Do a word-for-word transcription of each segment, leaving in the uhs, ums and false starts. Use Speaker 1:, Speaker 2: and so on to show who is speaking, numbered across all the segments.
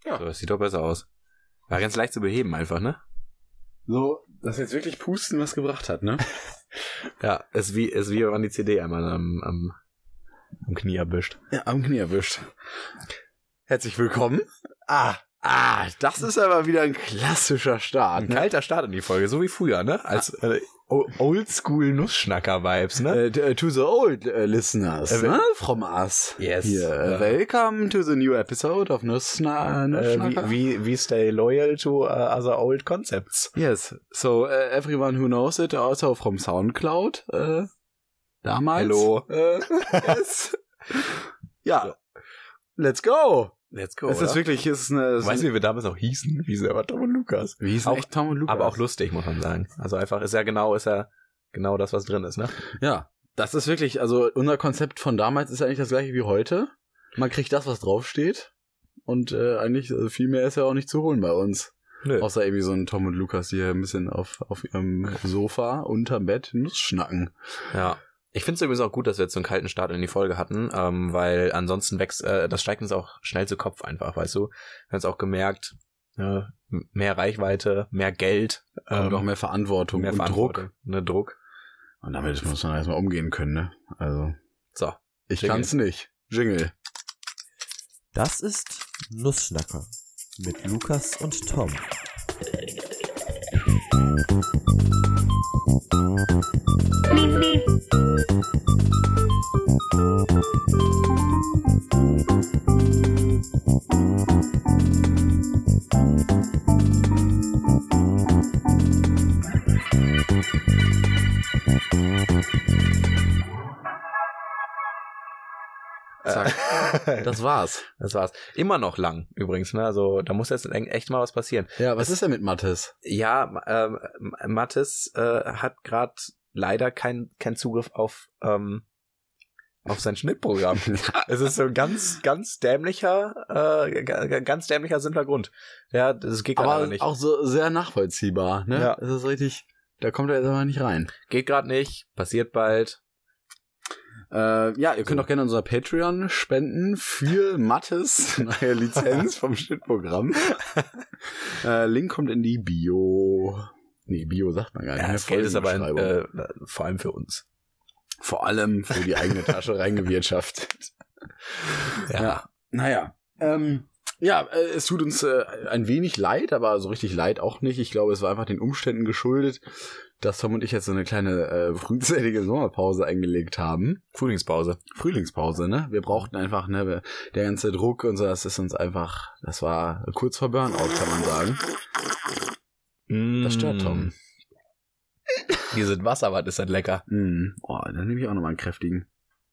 Speaker 1: Ja. So, das sieht doch besser aus. War ganz leicht zu beheben einfach, ne?
Speaker 2: So, dass jetzt wirklich Pusten was gebracht hat, ne?
Speaker 1: Ja, ist wie, ist wie wenn man die C D einmal am, am, am Knie erwischt.
Speaker 2: Ja, am Knie erwischt. Herzlich willkommen. Ah, ah, das ist aber wieder ein klassischer Start.
Speaker 1: Ein
Speaker 2: ne?
Speaker 1: kalter Start in die Folge, so wie früher, ne? Als äh, Oldschool-Nussschnacker-Vibes, ne?
Speaker 2: Uh, to the old uh, listeners,
Speaker 1: Äh,
Speaker 2: ne? From us.
Speaker 1: Yes.
Speaker 2: Here,
Speaker 1: Ja.
Speaker 2: uh, welcome to the new episode of Nussschna-
Speaker 1: Äh,
Speaker 2: Nussschnacker.
Speaker 1: wie, wie, wie stay loyal to uh, other old concepts.
Speaker 2: Yes, so uh, everyone who knows it, also from SoundCloud, uh, damals.
Speaker 1: Hello.
Speaker 2: Uh, yes. Ja, let's go.
Speaker 1: Let's go,
Speaker 2: Es ist
Speaker 1: oder?
Speaker 2: wirklich, es ist eine... es
Speaker 1: Weißt
Speaker 2: ist-
Speaker 1: du, wie wir damals auch hießen? Wie selber Tom und Lukas.
Speaker 2: Wie hießen
Speaker 1: auch,
Speaker 2: echt Tom und Lukas?
Speaker 1: Aber auch lustig, muss man sagen. Also einfach, ist ja genau, ist ja genau das, was drin ist, ne?
Speaker 2: Ja, das ist wirklich, also unser Konzept von damals ist eigentlich das gleiche wie heute. Man kriegt das, was draufsteht. Und äh, eigentlich äh, viel mehr ist ja auch nicht zu holen bei uns.
Speaker 1: Nö.
Speaker 2: Außer irgendwie so ein Tom und Lukas, die hier ein bisschen auf, auf ihrem Sofa unterm Bett Nuss schnacken.
Speaker 1: Ja. Ich finde es übrigens auch gut, dass wir jetzt so einen kalten Start in die Folge hatten, ähm, weil ansonsten wächst, äh, das steigt uns auch schnell zu Kopf einfach, weißt du? Wir haben es auch gemerkt, äh, mehr Reichweite, mehr Geld.
Speaker 2: Und
Speaker 1: ähm,
Speaker 2: auch mehr Verantwortung
Speaker 1: mehr
Speaker 2: und
Speaker 1: Verantwortung,
Speaker 2: Druck.
Speaker 1: Ne, Druck.
Speaker 2: Und damit muss man erstmal umgehen können, ne? Also,
Speaker 1: So.
Speaker 2: ich
Speaker 1: Jingle.
Speaker 2: kann's nicht. Jingle.
Speaker 3: Das ist Nussschnacker mit Lukas und Tom.
Speaker 2: Zack. Das war's.
Speaker 1: Das war's. Immer noch lang, übrigens, ne? Also, da muss jetzt echt mal was passieren.
Speaker 2: Ja, was ist denn mit Mathis?
Speaker 1: Ja, ähm, Mathis äh, hat gerade leider keinen kein Zugriff auf ähm, auf sein Schnittprogramm. Es ist so ein ganz, ganz dämlicher, äh, g- ganz dämlicher simpler Grund. Ja, das geht gerade
Speaker 2: Aber
Speaker 1: nicht.
Speaker 2: auch so sehr nachvollziehbar, ne?
Speaker 1: Ja.
Speaker 2: Es ist richtig, da kommt er jetzt aber nicht rein.
Speaker 1: Geht gerade nicht, passiert bald.
Speaker 2: Äh, ja, ihr könnt auch gerne unser Patreon spenden für Mathis neue Lizenz vom Schnittprogramm. äh, Link kommt in die Bio. Nee, Bio sagt man gar nicht.
Speaker 1: Ja,
Speaker 2: ne?
Speaker 1: das Geld ist aber in,
Speaker 2: Folgenbeschreibung.
Speaker 1: äh, vor allem für uns.
Speaker 2: Vor allem für die eigene Tasche reingewirtschaftet. Ja. Naja. Ähm, ja, äh, es tut uns äh, ein wenig leid, aber so richtig leid auch nicht. Ich glaube, es war einfach den Umständen geschuldet, dass Tom und ich jetzt so eine kleine äh, frühzeitige Sommerpause eingelegt haben.
Speaker 1: Frühlingspause.
Speaker 2: Frühlingspause, ne? Wir brauchten einfach, ne, wir- der ganze Druck und so, das ist uns einfach, das war kurz vor Burnout, kann man sagen. Das stört Tom.
Speaker 1: Dieses Wasser, was ist das lecker?
Speaker 2: Mm. Oh, dann nehme ich auch nochmal einen kräftigen.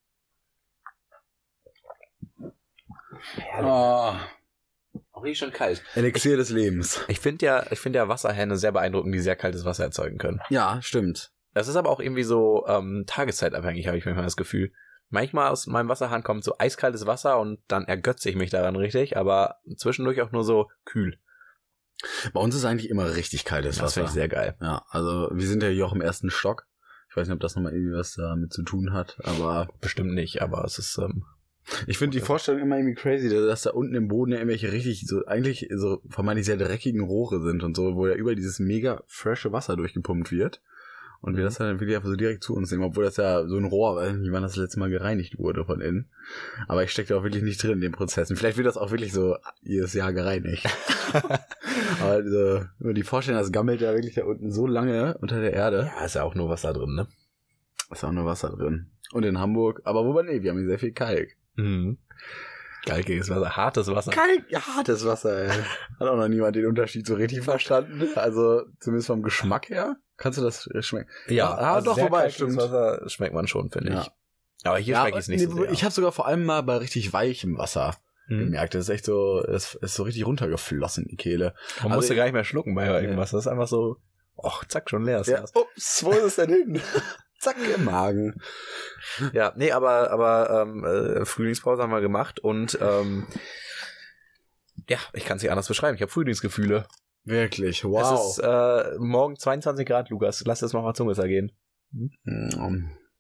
Speaker 2: Oh,
Speaker 1: Auch nicht schon kalt.
Speaker 2: Elixier des Lebens.
Speaker 1: Ich finde ja, ich finde ja Wasserhähne sehr beeindruckend, die sehr kaltes Wasser erzeugen können.
Speaker 2: Ja, stimmt.
Speaker 1: Das ist aber auch irgendwie so ähm, tageszeitabhängig, habe ich manchmal das Gefühl. Manchmal aus meinem Wasserhahn kommt so eiskaltes Wasser und dann ergötze ich mich daran richtig, aber zwischendurch auch nur so kühl.
Speaker 2: Bei uns ist eigentlich immer richtig kaltes
Speaker 1: Das finde
Speaker 2: Wasser.
Speaker 1: ich sehr geil.
Speaker 2: Ja, also wir sind ja hier auch im ersten Stock. Ich weiß nicht, ob das nochmal irgendwie was damit zu tun hat, aber
Speaker 1: Bestimmt nicht, aber es ist ähm,
Speaker 2: ich finde die Vorstellung immer irgendwie crazy, dass da unten im Boden ja irgendwelche richtig, so eigentlich so vermeintlich sehr dreckigen Rohre sind und so, wo ja über dieses mega frische Wasser durchgepumpt wird. Und wir das dann wirklich einfach so direkt zu uns nehmen, obwohl das ja so ein Rohr, weiß nicht, wann das letzte Mal gereinigt wurde von innen. Aber ich stecke da auch wirklich nicht drin in den Prozessen. Vielleicht wird das auch wirklich so jedes Jahr gereinigt. Aber also, nur die Vorstellung, das gammelt ja wirklich da unten so lange unter der Erde.
Speaker 1: ja, ist ja auch nur Wasser drin, ne?
Speaker 2: Ist auch nur Wasser drin. Und in Hamburg, aber wobei, nee, wir haben hier sehr viel Kalk.
Speaker 1: Mhm. Kalkiges Wasser, hartes Wasser.
Speaker 2: Kalk, ja, hartes Wasser, ey. Hat auch noch niemand den Unterschied so richtig verstanden. Also, zumindest vom Geschmack her. Kannst du das schmecken?
Speaker 1: Ja,
Speaker 2: ah,
Speaker 1: also
Speaker 2: doch,
Speaker 1: sehr
Speaker 2: wobei,
Speaker 1: kalkiges
Speaker 2: stimmt.
Speaker 1: Wasser schmeckt man schon, finde
Speaker 2: Ja.
Speaker 1: ich. Aber hier
Speaker 2: Ja,
Speaker 1: schmecke ich es nicht
Speaker 2: nee,
Speaker 1: so sehr.
Speaker 2: ich habe sogar vor allem mal bei richtig weichem Wasser
Speaker 1: Mhm.
Speaker 2: gemerkt. Das ist echt so, das ist so richtig runtergeflossen, die Kehle.
Speaker 1: Man
Speaker 2: Also
Speaker 1: musste
Speaker 2: ich-
Speaker 1: gar nicht mehr schlucken bei irgendwas. Das ist einfach so, och, zack, schon leer ist
Speaker 2: Ja,
Speaker 1: das.
Speaker 2: ups, wo ist es denn hin? Zack, im Magen.
Speaker 1: Ja, nee, aber aber ähm, äh, Frühlingspause haben wir gemacht und ähm, ja, ich kann es nicht anders beschreiben. Ich habe Frühlingsgefühle.
Speaker 2: Wirklich, wow.
Speaker 1: Es ist äh, morgen zweiundzwanzig Grad, Lukas. Lass das mal mal Zungesser gehen.
Speaker 2: Mm,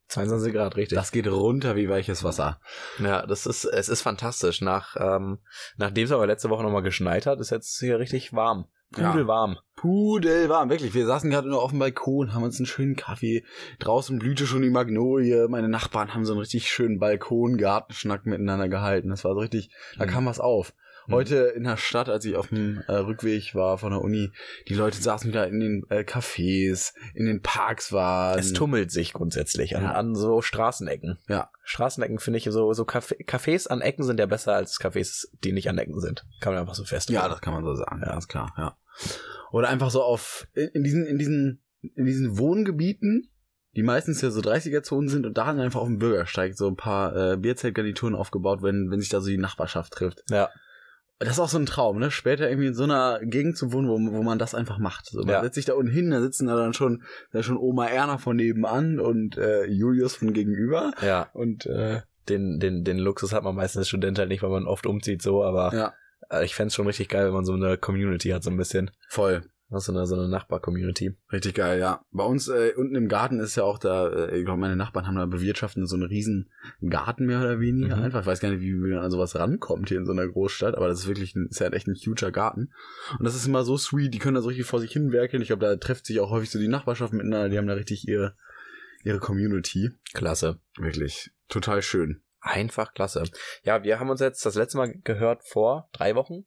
Speaker 1: zweiundzwanzig Grad, richtig.
Speaker 2: Das geht runter wie weiches Wasser.
Speaker 1: Ja, das ist, es ist fantastisch. Nach, ähm, nachdem es aber letzte Woche nochmal geschneit hat, ist jetzt hier richtig warm. Pudelwarm.
Speaker 2: Ja. Pudelwarm, wirklich. Wir saßen gerade nur auf dem Balkon, haben uns einen schönen Kaffee. Draußen blühte schon die Magnolie. Meine Nachbarn haben so einen richtig schönen Balkon-Gartenschnack miteinander gehalten. Das war so richtig, da kam was auf. Heute in der Stadt, als ich auf dem äh, Rückweg war von der Uni, die Leute saßen wieder in den äh, Cafés, in den Parks waren.
Speaker 1: Es tummelt sich grundsätzlich an,
Speaker 2: Ja.
Speaker 1: an so Straßenecken.
Speaker 2: Ja.
Speaker 1: Straßenecken finde ich so, so Café, Cafés an Ecken sind ja besser als Cafés, die nicht an Ecken sind. Kann man einfach so feststellen.
Speaker 2: Ja, das kann man so sagen, ja, ist klar, ja. Oder einfach so auf, in, in diesen, in diesen, in diesen Wohngebieten, die meistens ja so dreißiger-Zonen sind und da dann einfach auf dem Bürgersteig so ein paar äh, Bierzeltgarnituren aufgebaut, wenn, wenn sich da so die Nachbarschaft trifft.
Speaker 1: Ja.
Speaker 2: Das ist auch so ein Traum, ne? Später irgendwie in so einer Gegend zu wohnen, wo, wo man das einfach macht. So, man
Speaker 1: Ja.
Speaker 2: setzt sich da unten hin, da sitzen da dann schon, da schon Oma Erna von nebenan und äh, Julius von gegenüber.
Speaker 1: Ja.
Speaker 2: Und äh,
Speaker 1: Den, den, den Luxus hat man meistens als Student halt nicht, weil man oft umzieht so, aber
Speaker 2: ja,
Speaker 1: äh, ich fänd's schon richtig geil, wenn man so eine Community hat, so ein bisschen.
Speaker 2: voll.
Speaker 1: So eine, so eine Nachbar-Community.
Speaker 2: Richtig geil, ja. Bei uns äh, unten im Garten ist ja auch da, äh, ich glaube, meine Nachbarn haben da bewirtschaften so einen riesen Garten mehr oder weniger.
Speaker 1: Mhm.
Speaker 2: Einfach, ich weiß gar nicht, wie man an sowas rankommt hier in so einer Großstadt, aber das ist wirklich, ein, ist ja echt ein huger Garten. Und das ist immer so sweet, die können da so richtig vor sich hin werkeln. Ich glaube, da trifft sich auch häufig so die Nachbarschaft miteinander, die haben da richtig ihre, ihre Community.
Speaker 1: Klasse.
Speaker 2: Wirklich, total schön.
Speaker 1: Einfach klasse. Ja, wir haben uns jetzt das letzte Mal gehört vor drei Wochen.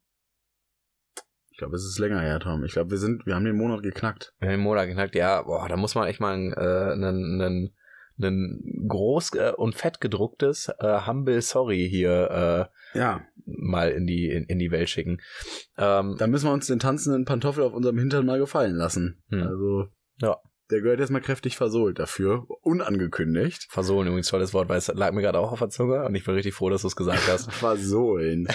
Speaker 2: Ich glaube, es ist länger her, Tom. Ich glaube, wir sind, wir haben den Monat geknackt.
Speaker 1: Wir haben den Monat gesagt, ja, boah, da muss man echt mal einen, äh, einen, einen, einen groß äh, und fett gedrucktes äh, Humble Sorry hier äh,
Speaker 2: Ja.
Speaker 1: mal in die in, in die Welt schicken. Ähm,
Speaker 2: Da müssen wir uns den tanzenden Pantoffel auf unserem Hintern mal gefallen lassen.
Speaker 1: Hm.
Speaker 2: Also,
Speaker 1: Ja.
Speaker 2: der gehört jetzt mal kräftig versohlt dafür. Unangekündigt.
Speaker 1: versohlen übrigens tolles Wort, weil es lag mir gerade auch auf der Zunge und ich bin richtig froh, dass du es gesagt hast.
Speaker 2: Versohlen.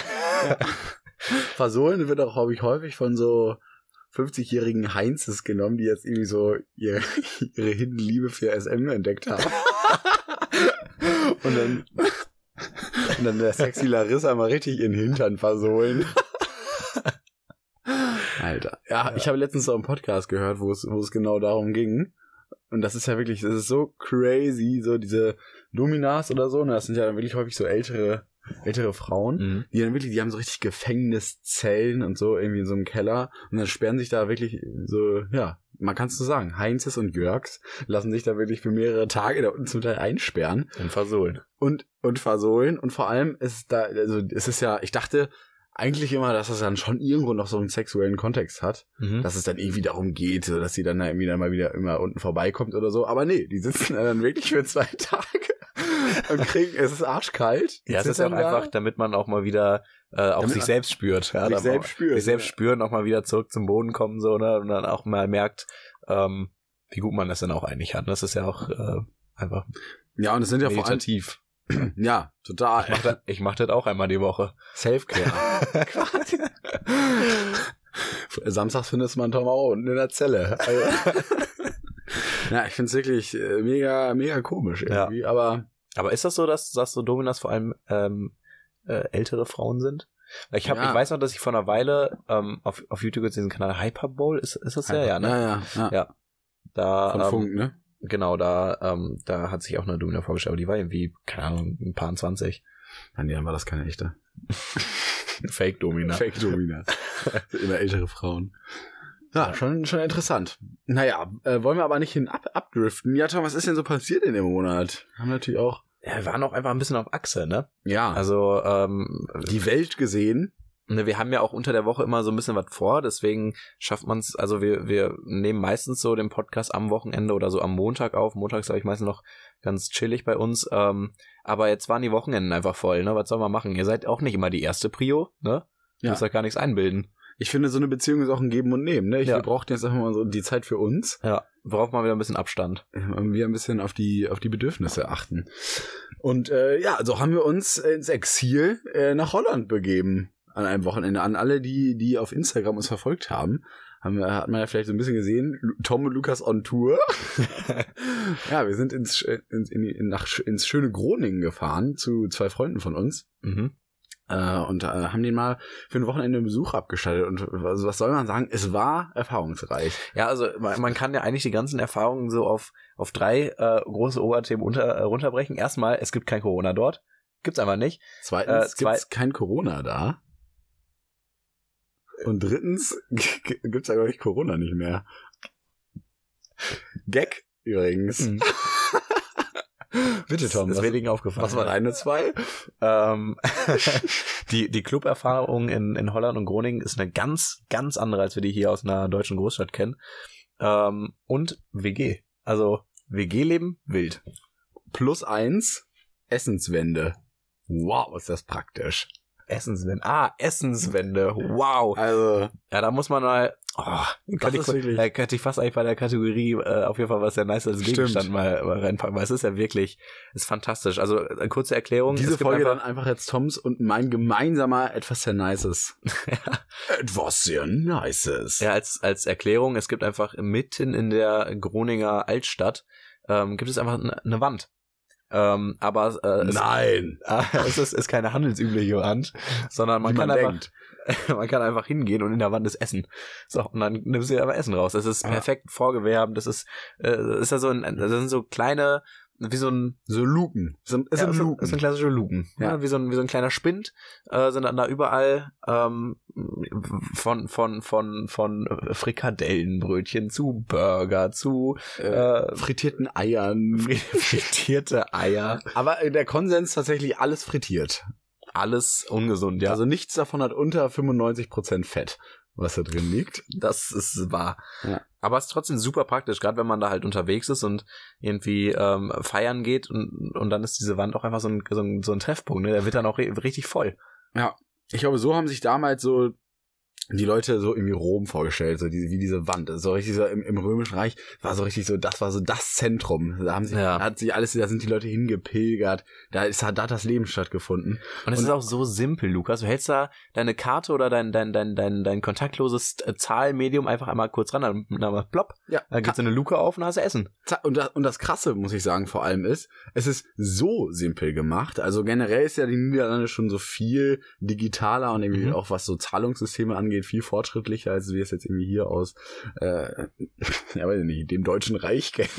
Speaker 2: Versohlen wird auch, glaube ich, häufig von so fünfzigjährigen Heinzes genommen, die jetzt irgendwie so ihre, ihre Hindenliebe für S M entdeckt haben. und dann und dann der sexy Larissa mal richtig ihren Hintern versohlen. Alter. Ja,
Speaker 1: Ja.
Speaker 2: ich habe letztens so einen Podcast gehört, wo es, wo es genau darum ging. Und das ist ja wirklich, das ist so crazy, so diese Dominas oder so, und das sind ja dann wirklich häufig so ältere, ältere Frauen,
Speaker 1: Mhm.
Speaker 2: die dann wirklich, die haben so richtig Gefängniszellen und so, irgendwie in so einem Keller, und dann sperren sich da wirklich so, ja, man kann es so sagen, Heinzes und Jörgs lassen sich da wirklich für mehrere Tage da unten zum Teil einsperren.
Speaker 1: Und versohlen.
Speaker 2: Und, und versohlen, und vor allem ist da, also es ist ja, ich dachte eigentlich immer, dass das dann schon irgendwo noch so einen sexuellen Kontext hat,
Speaker 1: Mhm.
Speaker 2: dass es dann irgendwie darum geht, so, dass sie dann da irgendwie dann mal wieder immer unten vorbeikommt oder so, aber nee, die sitzen dann wirklich für zwei Tage und kriegen, es ist arschkalt.
Speaker 1: Ja, es
Speaker 2: Die
Speaker 1: ist ja auch
Speaker 2: sitzen da,
Speaker 1: einfach, damit man auch mal wieder äh, auf
Speaker 2: Damit
Speaker 1: sich
Speaker 2: man
Speaker 1: selbst spürt. Ja,
Speaker 2: sich
Speaker 1: dann
Speaker 2: selbst
Speaker 1: auch,
Speaker 2: spürt,
Speaker 1: Sich selbst
Speaker 2: ja.
Speaker 1: spüren, auch mal wieder zurück zum Boden kommen, so, ne? Und dann auch mal merkt, ähm, wie gut man das dann auch eigentlich hat. Das ist ja auch äh, einfach
Speaker 2: Ja, und es sind ja vor allem,
Speaker 1: meditativ.
Speaker 2: ja, total.
Speaker 1: Ich mach, das, ich mach das auch einmal die Woche.
Speaker 2: Selfcare. Samstags findest man Tom auch unten in der Zelle. Also, ja, ich find's wirklich äh, mega, mega komisch irgendwie, aber
Speaker 1: Aber ist das so, dass, dass so Dominas vor allem ähm, äh, ältere Frauen sind? Weil Ich, hab,
Speaker 2: Ja.
Speaker 1: ich weiß noch, dass ich vor einer Weile ähm, auf, auf YouTube jetzt diesen Kanal Hyperbowl, ist, ist das ja, ja, ne?
Speaker 2: Ja, ja, ja.
Speaker 1: Ja. Da,
Speaker 2: Von
Speaker 1: ähm,
Speaker 2: Funk, ne?
Speaker 1: Genau, da, ähm, da hat sich auch eine Domina vorgestellt, aber die war irgendwie, keine Ahnung, ein paar zwanzig.
Speaker 2: Nein, dann war das keine echte.
Speaker 1: Fake-Domina.
Speaker 2: Fake Dominas. Immer ältere Frauen. Ja, schon, schon interessant. Naja, äh, wollen wir aber nicht hin ab abdriften. Ja, Tom, was ist denn so passiert in dem Monat? Haben natürlich auch,
Speaker 1: Ja, wir waren auch einfach ein bisschen auf Achse, ne?
Speaker 2: ja,
Speaker 1: Also, ähm,
Speaker 2: die Welt gesehen.
Speaker 1: ne, wir haben ja auch unter der Woche immer so ein bisschen was vor, deswegen schafft man es, also wir, wir nehmen meistens so den Podcast am Wochenende oder so am Montag auf. Montags habe ich meistens noch ganz chillig bei uns. Ähm, aber jetzt waren die Wochenenden einfach voll, ne? Was soll man machen? Ihr seid auch nicht immer die erste Prio, ne? Ihr
Speaker 2: Ja.
Speaker 1: müsst euch gar nichts einbilden.
Speaker 2: Ich finde, so eine Beziehung ist auch ein Geben und Nehmen, ne? Ich,
Speaker 1: Ja.
Speaker 2: Wir brauchten jetzt einfach mal so die Zeit für uns.
Speaker 1: Ja, braucht man wieder ein bisschen Abstand.
Speaker 2: Ähm, wir ein bisschen auf die auf die Bedürfnisse achten. Und äh, ja, also haben wir uns ins Exil äh, nach Holland begeben an einem Wochenende. An alle, die die auf Instagram uns verfolgt haben, haben wir, hat man ja vielleicht so ein bisschen gesehen, Lu- Tom und Lukas on Tour. Ja, wir sind ins, ins, in, in, nach, ins schöne Groningen gefahren zu zwei Freunden von uns.
Speaker 1: Mhm.
Speaker 2: Äh, und äh, haben den mal für ein Wochenende einen Besuch abgestattet. Und also, was soll man sagen? Es war erfahrungsreich.
Speaker 1: Ja, also man, man kann ja eigentlich die ganzen Erfahrungen so auf, auf drei äh, große Oberthemen unter, äh, runterbrechen. Erstmal, es gibt kein Corona dort. Gibt's einfach nicht.
Speaker 2: Zweitens,
Speaker 1: Äh, zwei-
Speaker 2: gibt's kein Corona da. Und drittens, g- gibt's ja, glaube ich, Corona nicht mehr. Gag übrigens.
Speaker 1: Mhm.
Speaker 2: Bitte, Tom,
Speaker 1: ist
Speaker 2: was,
Speaker 1: wenigen aufgefallen.
Speaker 2: was war deine zwei?
Speaker 1: Ähm, die die Club-Erfahrung in, in Holland und Groningen ist eine ganz, ganz andere, als wir die hier aus einer deutschen Großstadt kennen. Ähm, und W G. Also W G-Leben wild.
Speaker 2: Plus eins, Essenswende. Wow, ist das praktisch.
Speaker 1: Essenswende. Ah, Essenswende. Wow.
Speaker 2: Also,
Speaker 1: Ja, da muss man mal. Oh, könnte,
Speaker 2: ist
Speaker 1: ich,
Speaker 2: wirklich-
Speaker 1: da könnte ich fast eigentlich bei der Kategorie äh, auf jeden Fall was sehr nice als Gegenstand
Speaker 2: Stimmt.
Speaker 1: mal, mal reinpacken, weil es ist ja wirklich, ist fantastisch. Also eine kurze Erklärung.
Speaker 2: diese
Speaker 1: es gibt
Speaker 2: Folge
Speaker 1: einfach,
Speaker 2: dann einfach jetzt Toms und mein gemeinsamer etwas sehr Nices. Etwas sehr Nices.
Speaker 1: ja, als als Erklärung, es gibt einfach mitten in der Groninger Altstadt ähm, gibt es einfach eine, eine Wand. Ähm, aber äh, es,
Speaker 2: Nein.
Speaker 1: es ist, ist keine handelsübliche Wand, sondern man
Speaker 2: Wie
Speaker 1: kann
Speaker 2: man
Speaker 1: einfach
Speaker 2: denkt.
Speaker 1: man kann einfach hingehen und in der Wand ist Essen. So, und dann nimmst du dir einfach Essen raus. Das ist
Speaker 2: Ja.
Speaker 1: perfekt vorgewärmt. Das ist, äh, das ist ja so ein, das sind so kleine, wie so ein,
Speaker 2: So Luken. So, es
Speaker 1: ja,
Speaker 2: sind
Speaker 1: das, sind,
Speaker 2: Luken.
Speaker 1: das sind klassische Luken.
Speaker 2: Ja.
Speaker 1: Ja. Wie so ein, wie so ein kleiner Spind, äh, sind dann da überall, ähm, von, von, von, von Frikadellenbrötchen zu Burger, zu, äh,
Speaker 2: Frittierten Eiern.
Speaker 1: frittierte Eier.
Speaker 2: Aber der Konsens tatsächlich alles frittiert.
Speaker 1: Alles ungesund, ja.
Speaker 2: Also nichts davon hat unter fünfundneunzig Prozent Fett, was da drin liegt.
Speaker 1: Das ist wahr.
Speaker 2: Ja.
Speaker 1: Aber es ist trotzdem super praktisch, gerade wenn man da halt unterwegs ist und irgendwie ähm, feiern geht und, und dann ist diese Wand auch einfach so ein, so ein, so ein Treffpunkt, ne? Der wird dann auch re- richtig voll.
Speaker 2: Ja. Ich glaube, so haben sich damals so die Leute so irgendwie Rom vorgestellt, so diese, wie diese Wand. So richtig so im, im Römischen Reich war so richtig so, das war so das Zentrum. Da haben sich,
Speaker 1: Ja.
Speaker 2: da hat sich alles, da sind die Leute hingepilgert. Da ist, da hat das Leben stattgefunden.
Speaker 1: Und es
Speaker 2: Und-
Speaker 1: ist auch so simpel, Lukas. Du hältst da deine Karte oder dein, dein, dein, dein, dein kontaktloses äh, Zahlmedium einfach einmal kurz ran, dann, dann mal plopp,
Speaker 2: Ja.
Speaker 1: dann geht so eine Luke auf und hast du Essen.
Speaker 2: Und das, und das Krasse, muss ich sagen, vor allem ist, es ist so simpel gemacht. Also generell ist ja die Niederlande schon so viel digitaler und irgendwie
Speaker 1: Mhm.
Speaker 2: auch was so Zahlungssysteme angeht, viel fortschrittlicher, als wir es jetzt irgendwie hier aus, äh, ja weiß ich nicht, dem Deutschen Reich kennen.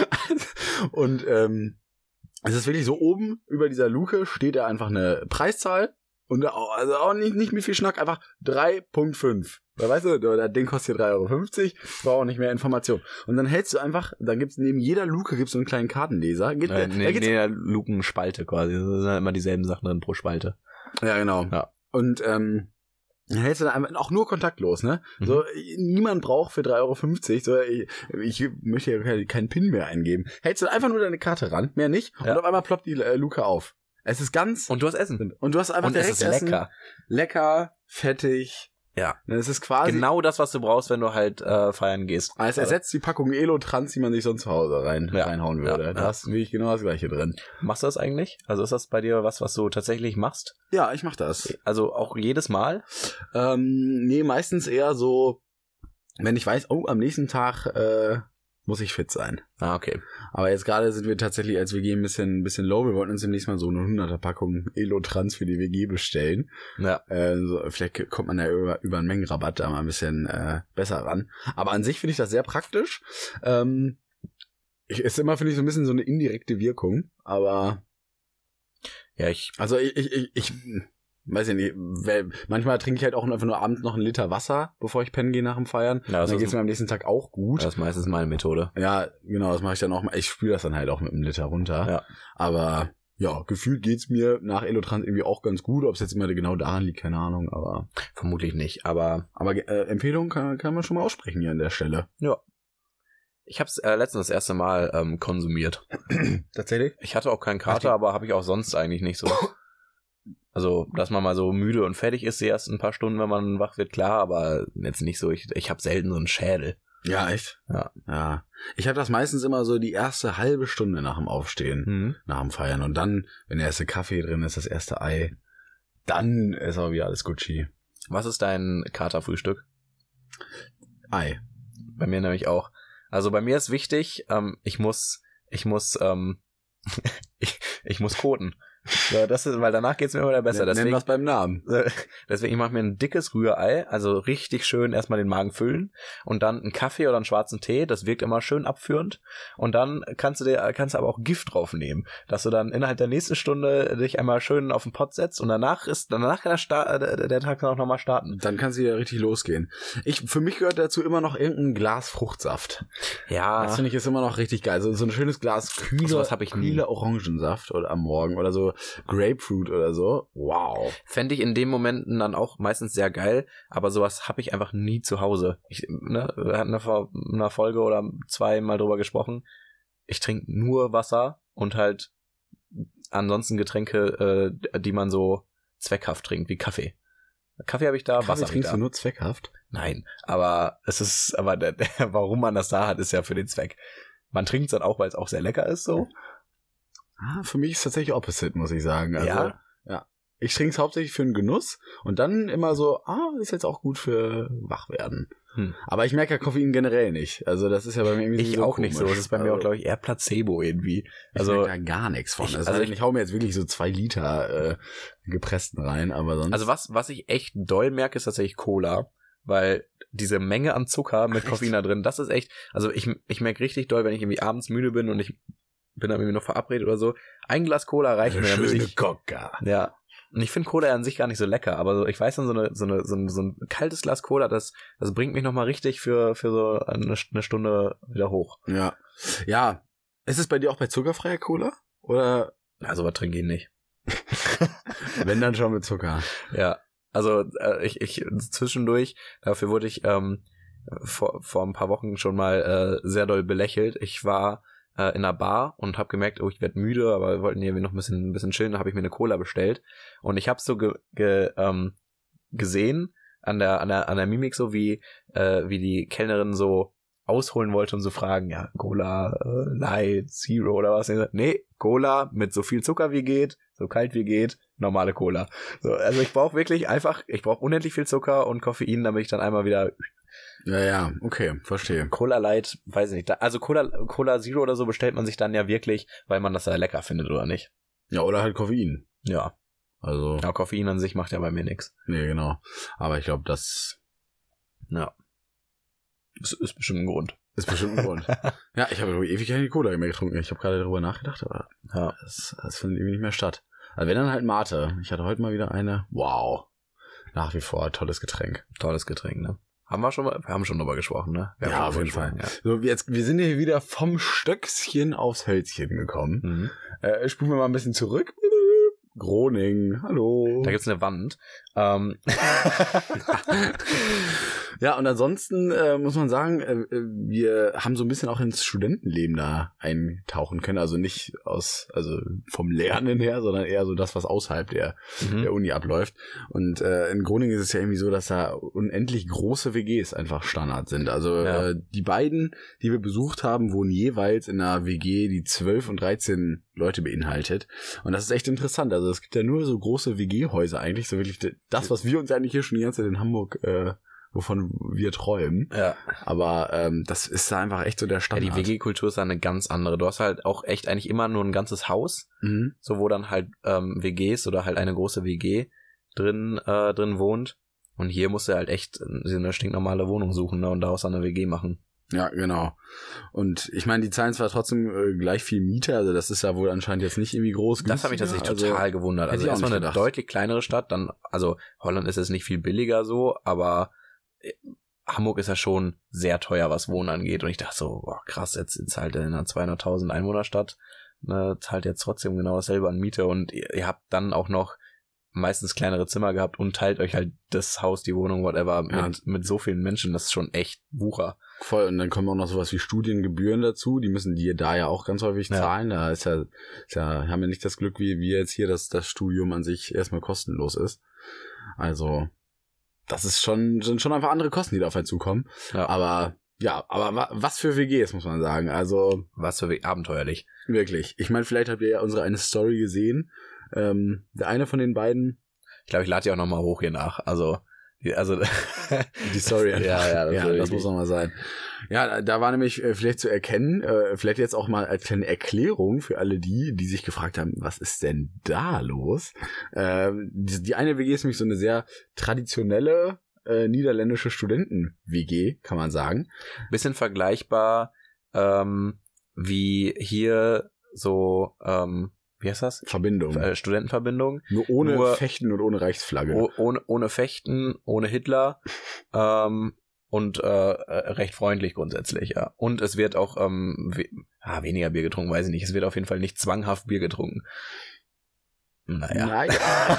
Speaker 2: Und ähm, es ist wirklich so, oben über dieser Luke steht da einfach eine Preiszahl und auch, also auch nicht, nicht mit viel Schnack, einfach drei Komma fünf. Weil, weißt du, das Ding kostet hier drei Euro fünfzig, braucht auch nicht mehr Information. Und dann hältst du einfach, dann gibt's neben jeder Luke gibt's so einen kleinen Kartenleser. Geht,
Speaker 1: Äh,
Speaker 2: da
Speaker 1: nee,
Speaker 2: geht's-
Speaker 1: nee, der Lukenspalte quasi. Das sind halt immer dieselben Sachen drin pro Spalte.
Speaker 2: Ja, genau.
Speaker 1: Ja.
Speaker 2: Und ähm, dann hältst du dann einfach auch nur kontaktlos, ne?
Speaker 1: Mhm.
Speaker 2: So, niemand braucht für drei Euro fünfzig, so, ich, ich möchte ja keinen keinen PIN mehr eingeben. Hältst du einfach nur deine Karte ran, mehr nicht,
Speaker 1: Ja.
Speaker 2: und auf einmal ploppt die äh, Luke auf. Es ist ganz
Speaker 1: Und du hast Essen.
Speaker 2: und du hast einfach
Speaker 1: Und es
Speaker 2: direkt
Speaker 1: ist
Speaker 2: Essen.
Speaker 1: lecker.
Speaker 2: Lecker, fettig.
Speaker 1: Ja.
Speaker 2: Es ist quasi
Speaker 1: Genau das, was du brauchst, wenn du halt äh, feiern gehst.
Speaker 2: es ersetzt die Packung Elo-Trans, die man sich sonst zu Hause rein,
Speaker 1: Ja.
Speaker 2: reinhauen würde.
Speaker 1: Ja.
Speaker 2: Da hast du wirklich genau das gleiche drin.
Speaker 1: Machst du das eigentlich? Also ist das bei dir was, was du tatsächlich machst?
Speaker 2: Ja, ich mach das.
Speaker 1: Also auch jedes Mal?
Speaker 2: Ähm, nee, meistens eher so, wenn ich weiß, oh, am nächsten Tag äh, muss ich fit sein.
Speaker 1: Ah, okay.
Speaker 2: Aber jetzt gerade sind wir tatsächlich als W G ein bisschen, ein bisschen low. Wir wollten uns demnächst mal so eine hunderter Packung Elo-Trans für die W G bestellen.
Speaker 1: Ja.
Speaker 2: Äh, so, vielleicht kommt man ja über, über einen Mengenrabatt da mal ein bisschen äh, besser ran. Aber an sich finde ich das sehr praktisch. Ähm, ich, ist immer, finde ich, so ein bisschen so eine indirekte Wirkung. Aber,
Speaker 1: Ja, ich.
Speaker 2: also ich, ich, ich, ich weiß ich nicht, weil manchmal trinke ich halt auch einfach nur abends noch einen Liter Wasser, bevor ich pennen gehe nach dem Feiern.
Speaker 1: Ja, das
Speaker 2: dann
Speaker 1: ist-
Speaker 2: geht's mir am nächsten Tag auch gut.
Speaker 1: Das ist meistens meine Methode.
Speaker 2: Ja, genau, das mache ich dann auch mal. Ich spüle das dann halt auch mit einem Liter runter.
Speaker 1: Ja.
Speaker 2: Aber ja, gefühlt geht's mir nach Elotrans irgendwie auch ganz gut. Ob es jetzt immer genau daran liegt, keine Ahnung. Aber
Speaker 1: Vermutlich nicht, aber
Speaker 2: aber äh, Empfehlung kann, kann man schon mal aussprechen hier an der Stelle.
Speaker 1: ich habe es äh, letztens das erste Mal ähm, konsumiert.
Speaker 2: Tatsächlich?
Speaker 1: Ich hatte auch keinen
Speaker 2: Ach,
Speaker 1: Kater,
Speaker 2: die-
Speaker 1: aber habe ich auch sonst eigentlich nicht so. Also, dass man mal so müde und fertig ist die ersten paar Stunden, wenn man wach wird, klar, aber jetzt nicht so. Ich, ich habe selten so einen Schädel.
Speaker 2: Ja, echt?
Speaker 1: Ja.
Speaker 2: Ja. Ich habe das meistens immer so die erste halbe Stunde nach dem Aufstehen,
Speaker 1: Mhm.
Speaker 2: nach dem Feiern. Und dann, wenn der erste Kaffee drin ist, das erste Ei, dann ist auch wieder alles Gucci.
Speaker 1: Was ist dein Katerfrühstück?
Speaker 2: Ei.
Speaker 1: Bei mir nämlich auch. Also bei mir ist wichtig, ähm, ich muss, ich muss, ähm, ich, ich muss koten. So, das ist, weil danach geht's mir immer wieder besser.
Speaker 2: Nennen
Speaker 1: Deswegen,
Speaker 2: wir's beim Namen.
Speaker 1: deswegen ich mache mir ein dickes Rührei, also richtig schön erstmal den Magen füllen und dann einen Kaffee oder einen schwarzen Tee, das wirkt immer schön abführend und dann kannst du dir kannst du aber auch Gift draufnehmen, dass du dann innerhalb der nächsten Stunde dich einmal schön auf den Pott setzt und danach ist danach kann der, Sta- der, der Tag dann auch nochmal starten.
Speaker 2: Dann kannst du ja richtig losgehen. Ich, für mich gehört dazu immer noch irgendein Glas Fruchtsaft.
Speaker 1: Ja,
Speaker 2: Das finde ich ist immer noch richtig geil. So, so ein schönes Glas kühler,
Speaker 1: Sowas hab ich nie.
Speaker 2: kühler Orangensaft oder am Morgen oder so Grapefruit oder so. Wow.
Speaker 1: fände ich in den Momenten dann auch meistens sehr geil, aber sowas habe ich einfach nie zu Hause. Ich, ne, wir hatten vor einer Folge oder zwei mal drüber gesprochen. Ich trinke nur Wasser und halt ansonsten Getränke, äh, die man so zweckhaft trinkt, wie Kaffee. Kaffee habe ich da,
Speaker 2: Kaffee
Speaker 1: Wasser hab ich
Speaker 2: trinkst
Speaker 1: da.
Speaker 2: du nur zweckhaft?
Speaker 1: Nein, aber es ist, aber der, der, warum man das da hat, ist ja für den Zweck. Man trinkt es dann auch, weil es auch sehr lecker ist, so.
Speaker 2: Ah, für mich ist es tatsächlich opposite, muss ich sagen. Also,
Speaker 1: Ja?
Speaker 2: ja. Ich trinke es hauptsächlich für den Genuss und dann immer so, ah, ist jetzt auch gut für Wachwerden.
Speaker 1: Hm.
Speaker 2: Aber ich merke ja Koffein generell nicht. Also das ist ja bei mir irgendwie
Speaker 1: Ich
Speaker 2: so
Speaker 1: auch nicht so.
Speaker 2: komisch.
Speaker 1: Das ist bei mir
Speaker 2: also,
Speaker 1: auch, glaube ich, eher Placebo irgendwie.
Speaker 2: Also
Speaker 1: Also,
Speaker 2: ich merke da gar nichts von.
Speaker 1: ich-
Speaker 2: Also,
Speaker 1: also
Speaker 2: ich, ich hau mir jetzt wirklich so zwei Liter äh, gepressten rein, aber sonst.
Speaker 1: also was, was ich echt doll merke, ist tatsächlich Cola. Weil diese Menge an Zucker mit
Speaker 2: Ach,
Speaker 1: Koffein da drin, das ist echt, also ich, ich merke richtig doll, wenn ich irgendwie abends müde bin und ich bin dann irgendwie noch verabredet oder so. Ein Glas Cola reicht
Speaker 2: eine
Speaker 1: mir, damit
Speaker 2: schöne
Speaker 1: ich,
Speaker 2: Coca.
Speaker 1: ja. Und ich finde Cola an sich gar nicht so lecker, aber so, ich weiß dann so eine, so eine, so ein, so ein kaltes Glas Cola, das, das bringt mich nochmal richtig für, für so eine, eine Stunde wieder hoch.
Speaker 2: Ja. Ja. Ist es bei dir auch bei zuckerfreier Cola? Oder
Speaker 1: Also was trinke ich nicht.
Speaker 2: wenn dann schon mit Zucker?
Speaker 1: Ja. Also äh, ich, ich zwischendurch, dafür wurde ich ähm, vor, vor ein paar Wochen schon mal äh, sehr doll belächelt. Ich war äh, in einer Bar und habe gemerkt, oh, ich werde müde, aber wir wollten hier noch ein bisschen, ein bisschen chillen, da habe ich mir eine Cola bestellt. Und ich habe so ge, ge, ähm, gesehen an der, an der, an der Mimik so, wie, äh, wie die Kellnerin so ausholen wollte und so fragen, ja, Cola, äh, Light, Zero oder was. Und ich so, nee, Cola mit so viel Zucker wie geht, so kalt wie geht, normale Cola. So, also ich brauche wirklich einfach, ich brauche unendlich viel Zucker und Koffein, damit ich dann einmal wieder
Speaker 2: Ja, ja, okay, verstehe.
Speaker 1: Cola Light, weiß ich nicht. Da, also Cola, Cola Zero oder so bestellt man sich dann ja wirklich, weil man das ja lecker findet, oder nicht?
Speaker 2: Ja, oder halt Koffein.
Speaker 1: Ja.
Speaker 2: Also,
Speaker 1: Ja, Koffein an sich macht ja bei mir nichts.
Speaker 2: nee, genau. Aber ich glaube, das
Speaker 1: Ja. Das ist bestimmt ein Grund.
Speaker 2: ist bestimmt ein Grund. Ja, ich habe ewig keine Cola mehr getrunken. Ich habe gerade darüber nachgedacht, aber
Speaker 1: Ja.
Speaker 2: das, das findet irgendwie nicht mehr statt. Also wenn dann halt Mate. Ich hatte heute mal wieder eine. Wow. Nach wie vor tolles Getränk.
Speaker 1: Tolles Getränk, ne? Haben wir schon mal, wir haben schon drüber gesprochen, ne? Wir haben
Speaker 2: Ja,
Speaker 1: schon
Speaker 2: auf jeden
Speaker 1: drüber
Speaker 2: Fall.
Speaker 1: gesprochen,
Speaker 2: So, jetzt, wir sind hier wieder vom Stöckchen aufs Hölzchen gekommen.
Speaker 1: Ja. Mhm.
Speaker 2: Äh, spulen wir mal ein bisschen zurück. Groningen, hallo.
Speaker 1: Da gibt's eine Wand. Ähm.
Speaker 2: Ja, und ansonsten äh, muss man sagen, äh, wir haben so ein bisschen auch ins Studentenleben da eintauchen können. Also nicht aus, also vom Lernen her, sondern eher so das, was außerhalb der,
Speaker 1: Mhm.
Speaker 2: der Uni abläuft. Und äh, in Groningen ist es ja irgendwie so, dass da unendlich große W Gs einfach Standard sind. Also
Speaker 1: Ja.
Speaker 2: äh, die beiden, die wir besucht haben, wohnen jeweils in einer W G, die zwölf und dreizehn Leute beinhaltet. Und das ist echt interessant. Also es gibt ja nur so große W G-Häuser eigentlich, so wirklich das, was wir uns eigentlich hier schon die ganze Zeit in Hamburg, äh, wovon wir träumen.
Speaker 1: Ja.
Speaker 2: Aber ähm, das ist da einfach echt so der
Speaker 1: Ja,
Speaker 2: Standard.
Speaker 1: die W G-Kultur ist da eine ganz andere. Du hast halt auch echt eigentlich immer nur ein ganzes Haus,
Speaker 2: Mhm.
Speaker 1: so wo dann halt ähm, W Gs oder halt eine große W G drin äh, drin wohnt. Und hier musst du halt echt eine stinknormale Wohnung suchen, ne, und daraus dann eine W G machen.
Speaker 2: Ja, genau. Und ich meine, die zahlen zwar trotzdem äh, gleich viel Miete, also das ist ja wohl anscheinend jetzt nicht irgendwie groß.
Speaker 1: Das hat mich
Speaker 2: günstiger.
Speaker 1: tatsächlich total
Speaker 2: Also,
Speaker 1: gewundert.
Speaker 2: hätte
Speaker 1: Also
Speaker 2: ich auch
Speaker 1: erstmal
Speaker 2: nicht
Speaker 1: eine
Speaker 2: gedacht.
Speaker 1: deutlich kleinere Stadt, dann, also Holland ist jetzt nicht viel billiger so, aber äh, Hamburg ist ja schon sehr teuer, was Wohnen angeht. Und ich dachte so, boah, krass, jetzt ist halt in einer zweihunderttausend Einwohnerstadt, ne, zahlt jetzt trotzdem genau dasselbe an Miete und ihr, ihr habt dann auch noch meistens kleinere Zimmer gehabt und teilt euch halt das Haus, die Wohnung, whatever,
Speaker 2: Ja.
Speaker 1: mit, mit so vielen Menschen, das ist schon echt Wucher.
Speaker 2: Voll, und dann kommen auch noch sowas wie Studiengebühren dazu, die müssen die da ja auch ganz häufig
Speaker 1: Ja.
Speaker 2: zahlen. Da ist ja, ist ja, haben wir nicht das Glück wie wir jetzt hier, dass das Studium an sich erstmal kostenlos ist. Also, das ist schon, sind schon einfach andere Kosten, die da auf einen zukommen.
Speaker 1: Ja.
Speaker 2: Aber, ja, aber wa- was für W Gs, muss man sagen. Also,
Speaker 1: Was für abenteuerlich.
Speaker 2: wirklich. Ich meine, vielleicht habt ihr ja unsere eine Story gesehen. Ähm, der eine von den beiden,
Speaker 1: Ich glaube, ich lade die auch nochmal hoch hier nach. Also, Also
Speaker 2: die Story.
Speaker 1: ja, ja, das,
Speaker 2: ja, das muss noch mal sein. Ja, da, da war nämlich äh, vielleicht zu erkennen, äh, vielleicht jetzt auch mal als kleine Erklärung für alle die, die sich gefragt haben, was ist denn da los? Äh, die, die eine W G ist nämlich so eine sehr traditionelle äh, niederländische Studenten-W G, kann man sagen.
Speaker 1: Bisschen vergleichbar ähm, wie hier so, ähm, wie heißt das?
Speaker 2: Verbindung.
Speaker 1: Äh, Studentenverbindung.
Speaker 2: Nur ohne
Speaker 1: Nur
Speaker 2: Fechten und ohne Reichsflagge.
Speaker 1: Oh, ohne, ohne Fechten, ohne Hitler ähm, und äh, recht freundlich grundsätzlich, ja. Und es wird auch ähm, we- ah, weniger Bier getrunken, weiß ich nicht. Es wird auf jeden Fall nicht zwanghaft Bier getrunken. Naja.
Speaker 2: naja.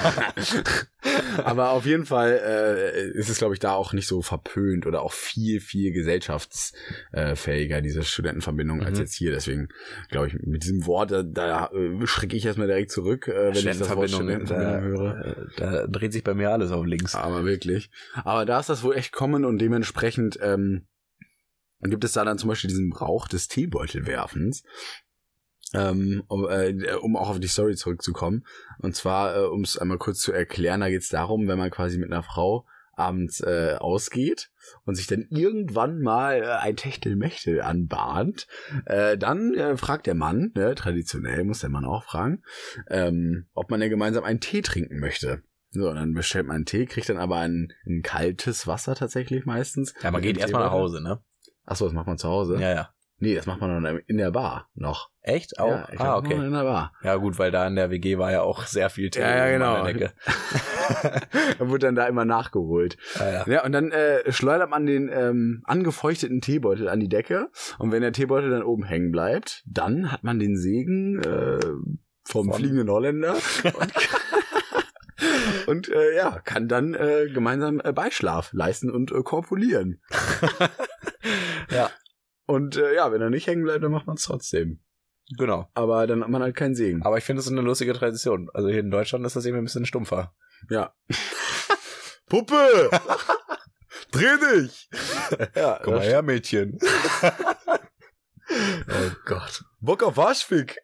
Speaker 2: Aber auf jeden Fall äh, ist es, glaube ich, da auch nicht so verpönt oder auch viel, viel gesellschaftsfähiger, diese Studentenverbindung, mhm. als jetzt hier. Deswegen, glaube ich, mit diesem Wort, da, da äh, schrecke ich erstmal direkt zurück, äh, wenn ich das Wort Studentenverbindung
Speaker 1: da,
Speaker 2: höre.
Speaker 1: Da dreht sich bei mir alles auf links.
Speaker 2: Aber wirklich. Aber da ist das wohl echt kommen und dementsprechend ähm, gibt es da dann zum Beispiel diesen Brauch des Teebeutelwerfens. Ähm, um, äh, um auch auf die Story zurückzukommen. Und zwar, äh, um es einmal kurz zu erklären, da geht es darum, wenn man quasi mit einer Frau abends äh, ausgeht und sich dann irgendwann mal äh, ein Techtelmechtel anbahnt, äh, dann äh, fragt der Mann, ne, traditionell muss der Mann auch fragen, ähm, ob man ja gemeinsam einen Tee trinken möchte. So, und dann bestellt man einen Tee, kriegt dann aber ein, ein kaltes Wasser tatsächlich meistens.
Speaker 1: Ja, man geht erstmal nach Hause, ne?
Speaker 2: Achso, das macht man zu Hause?
Speaker 1: Ja, ja.
Speaker 2: Nee, das macht man dann in der Bar noch.
Speaker 1: Echt? Auch?
Speaker 2: Ja, ich
Speaker 1: ah, okay.
Speaker 2: In der Bar.
Speaker 1: Ja gut, weil da in der W G war ja auch sehr viel Tee.
Speaker 2: Ja, ja, genau.
Speaker 1: In der Decke.
Speaker 2: Da wurde dann da immer nachgeholt.
Speaker 1: Ja, ja.
Speaker 2: Ja, und dann äh, schleudert man den ähm, angefeuchteten Teebeutel an die Decke. Und wenn der Teebeutel dann oben hängen bleibt, dann hat man den Segen äh, vom
Speaker 1: Von?
Speaker 2: fliegenden Holländer. und und äh, ja, kann dann äh, gemeinsam äh, Beischlaf leisten und äh, korpulieren.
Speaker 1: Ja.
Speaker 2: Und äh, ja, wenn er nicht hängen bleibt, dann macht man es trotzdem.
Speaker 1: Genau.
Speaker 2: Aber dann hat man halt keinen Segen.
Speaker 1: Aber ich finde, es ist eine lustige Tradition. Also hier in Deutschland ist das irgendwie ein bisschen stumpfer.
Speaker 2: Ja. Puppe! Dreh dich! Ja,
Speaker 1: Komm mal her, Mädchen.
Speaker 2: Oh Gott. Bock auf Waschfick!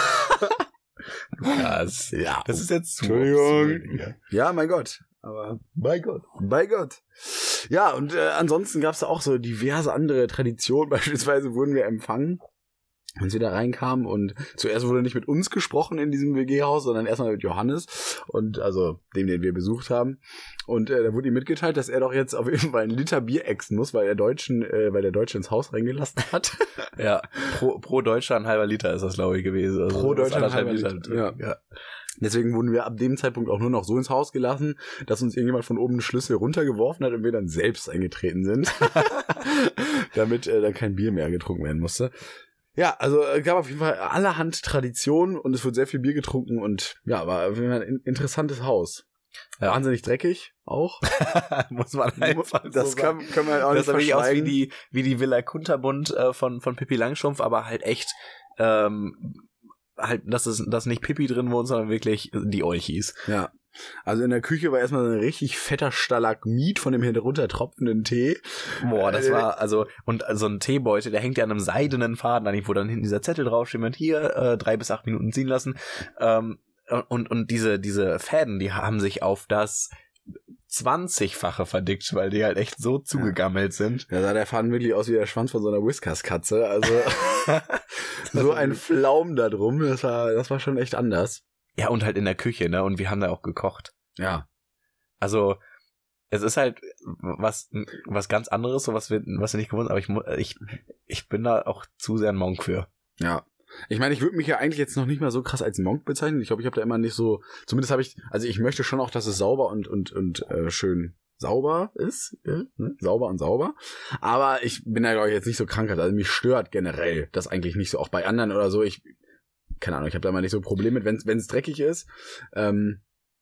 Speaker 1: Ja, das,
Speaker 2: Ja.
Speaker 1: das ist jetzt zu
Speaker 2: Entschuldigung.
Speaker 1: absurd,
Speaker 2: Ja, mein Gott. Aber bei Gott. Bei Gott. Ja, und äh, ansonsten gab es da auch so diverse andere Traditionen. Beispielsweise wurden wir empfangen, als wir da reinkamen. Und zuerst wurde nicht mit uns gesprochen in diesem W G-Haus, sondern erstmal mit Johannes. Und also dem, den wir besucht haben. Und äh, da wurde ihm mitgeteilt, dass er doch jetzt auf jeden Fall einen Liter Bier exen muss, weil der Deutschen, äh, weil der Deutsche ins Haus reingelassen hat.
Speaker 1: Ja, pro, pro Deutscher ein halber Liter ist das, glaube ich, gewesen. Also
Speaker 2: Pro Deutscher ein
Speaker 1: anderthalb
Speaker 2: halber Liter, ja.
Speaker 1: ja.
Speaker 2: Deswegen wurden wir ab dem Zeitpunkt auch nur noch so ins Haus gelassen, dass uns irgendjemand von oben einen Schlüssel runtergeworfen hat und wir dann selbst eingetreten sind. Damit äh, dann kein Bier mehr getrunken werden musste. Ja, also es gab auf jeden Fall allerhand Traditionen und es wurde sehr viel Bier getrunken und ja, war auf jeden Fall ein interessantes Haus.
Speaker 1: Ja.
Speaker 2: Wahnsinnig dreckig auch.
Speaker 1: Muss man einfach
Speaker 2: Das
Speaker 1: so
Speaker 2: kann,
Speaker 1: sagen.
Speaker 2: können wir auch
Speaker 1: Das
Speaker 2: nicht
Speaker 1: sah wirklich aus wie
Speaker 2: verschweigen.
Speaker 1: die, wie die Villa Kunterbund äh, von, von Pippi Langstrumpf, aber halt echt, ähm, halt, dass es, dass nicht Pippi drin wohnt, sondern wirklich die Olchis.
Speaker 2: Ja. Also in der Küche war erstmal so ein richtig fetter Stalagmit von dem heruntertropfenden Tee.
Speaker 1: Boah, das
Speaker 2: Äh,
Speaker 1: war, also, und so ein Teebeutel, der hängt ja an einem seidenen Faden an, wo dann hinten dieser Zettel draufsteht, mit hier, äh, drei bis acht Minuten ziehen lassen. Ähm, und, und diese, diese Fäden, die haben sich auf das zwanzigfache verdickt, weil die halt echt so zugegammelt sind.
Speaker 2: Da sah der Faden wirklich aus wie der Schwanz von so einer Whiskas-Katze. Also so ein Flaum da drum. Das war, das war schon echt anders.
Speaker 1: Ja, und halt in der Küche, ne? Und wir haben da auch gekocht.
Speaker 2: Ja.
Speaker 1: Also, es ist halt was, was ganz anderes, so was wir, was wir nicht gewohnt, aber ich, mu- ich, ich bin da auch zu sehr ein Monk für.
Speaker 2: Ja. Ich meine, ich würde mich ja eigentlich jetzt noch nicht mal so krass als Monk bezeichnen. Ich glaube, ich habe da immer nicht so, zumindest habe ich, also ich möchte schon auch, dass es sauber und und und äh, schön sauber ist, äh, ne? Sauber und sauber. Aber ich bin da, glaube ich, jetzt nicht so krankhaft. Also mich stört generell das eigentlich nicht so, auch bei anderen oder so. Ich, keine Ahnung, ich habe da mal nicht so ein Problem mit, wenn wenn es dreckig ist. Ähm,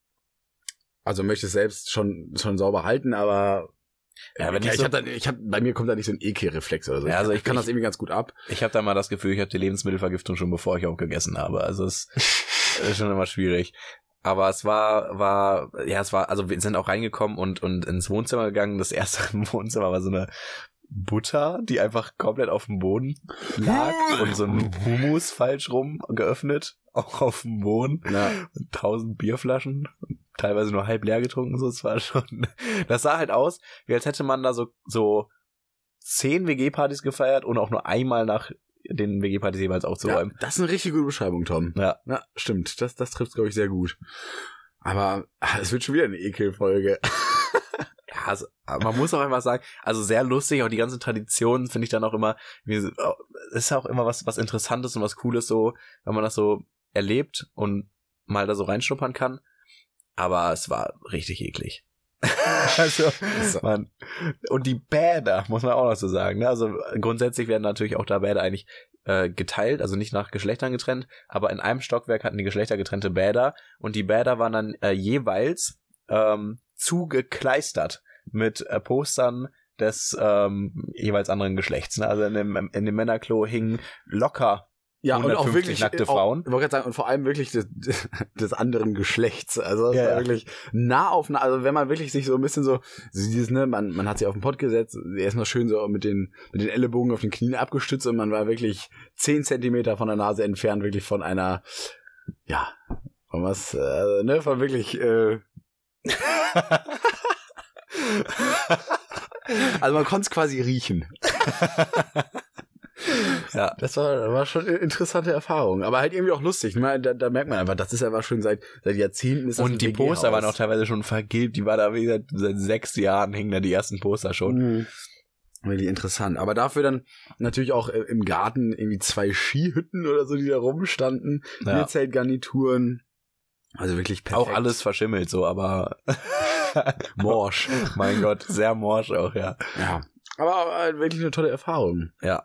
Speaker 2: also möchte es selbst schon schon sauber halten, aber
Speaker 1: Ja, wenn
Speaker 2: ja,
Speaker 1: ich
Speaker 2: ich
Speaker 1: so-
Speaker 2: hab da, ich hab, bei mir kommt da nicht so ein Ekelreflex oder so.
Speaker 1: Ja, also
Speaker 2: ich,
Speaker 1: ich-
Speaker 2: kann
Speaker 1: ich-
Speaker 2: das irgendwie ganz gut ab.
Speaker 1: Ich habe da mal das Gefühl, ich habe die Lebensmittelvergiftung schon bevor ich auch gegessen habe. Also es ist schon immer schwierig. Aber es war, war, ja, es war, also wir sind auch reingekommen und, und ins Wohnzimmer gegangen. Das erste im Wohnzimmer war so eine, Butter, die einfach komplett auf dem Boden lag und so ein Hummus falsch rum geöffnet, auch auf dem Boden.
Speaker 2: Ja.
Speaker 1: Und tausend Bierflaschen, teilweise nur halb leer getrunken, so, es war schon, das sah halt aus, wie als hätte man da so, so zehn W G-Partys gefeiert und auch nur einmal nach den W G-Partys jeweils aufzuräumen.
Speaker 2: Ja, das ist eine richtig gute Beschreibung, Tom.
Speaker 1: Ja.
Speaker 2: Ja, stimmt. Das, das trifft, glaube ich, sehr gut. Aber ach, es wird schon wieder eine Ekelfolge.
Speaker 1: Ja, also, man muss auch einfach sagen, also sehr lustig, auch die ganzen Traditionen finde ich dann auch immer, es ist auch immer was, was Interessantes und was Cooles so, wenn man das so erlebt und mal da so reinschnuppern kann. Aber es war richtig eklig. Also, man, und die Bäder, muss man auch noch so sagen, ne? Also grundsätzlich werden natürlich auch da Bäder eigentlich äh, geteilt, also nicht nach Geschlechtern getrennt, aber in einem Stockwerk hatten die Geschlechter getrennte Bäder und die Bäder waren dann äh, jeweils ähm, zugekleistert mit äh, Postern des ähm, jeweils anderen Geschlechts. Ne? Also in dem, in dem Männerklo hingen locker
Speaker 2: ja, und auch wirklich
Speaker 1: nackte
Speaker 2: auch,
Speaker 1: Frauen.
Speaker 2: Ich wollte gerade sagen, und vor allem wirklich des, des anderen Geschlechts. Also das
Speaker 1: ja,
Speaker 2: war
Speaker 1: ja.
Speaker 2: wirklich nah auf nah. Also wenn man wirklich sich so ein bisschen so, so dieses, ne, man, man hat sich auf den Pott gesetzt, erstmal schön so mit den, mit den Ellenbogen auf den Knien abgestützt und man war wirklich zehn Zentimeter von der Nase entfernt, wirklich von einer, ja, von was, äh, ne, von wirklich, äh, also man konnte es quasi riechen. Ja, das war, war schon eine interessante Erfahrung, aber halt irgendwie auch lustig. Da, da merkt man einfach, das ist einfach schon seit, seit Jahrzehnten. Ist das
Speaker 1: und die
Speaker 2: W G-Haus.
Speaker 1: Poster waren auch teilweise schon vergilbt. Die war da wie seit, seit sechs Jahren hingen da die ersten Poster schon.
Speaker 2: Mhm. Wirklich interessant. Aber dafür dann natürlich auch im Garten irgendwie zwei Skihütten oder so, die da rumstanden.
Speaker 1: Ja.
Speaker 2: Bierzeltgarnituren. Also wirklich perfekt.
Speaker 1: Auch alles verschimmelt so, aber
Speaker 2: morsch.
Speaker 1: Mein Gott, sehr morsch auch, ja.
Speaker 2: Ja. Aber, aber wirklich eine tolle Erfahrung.
Speaker 1: Ja.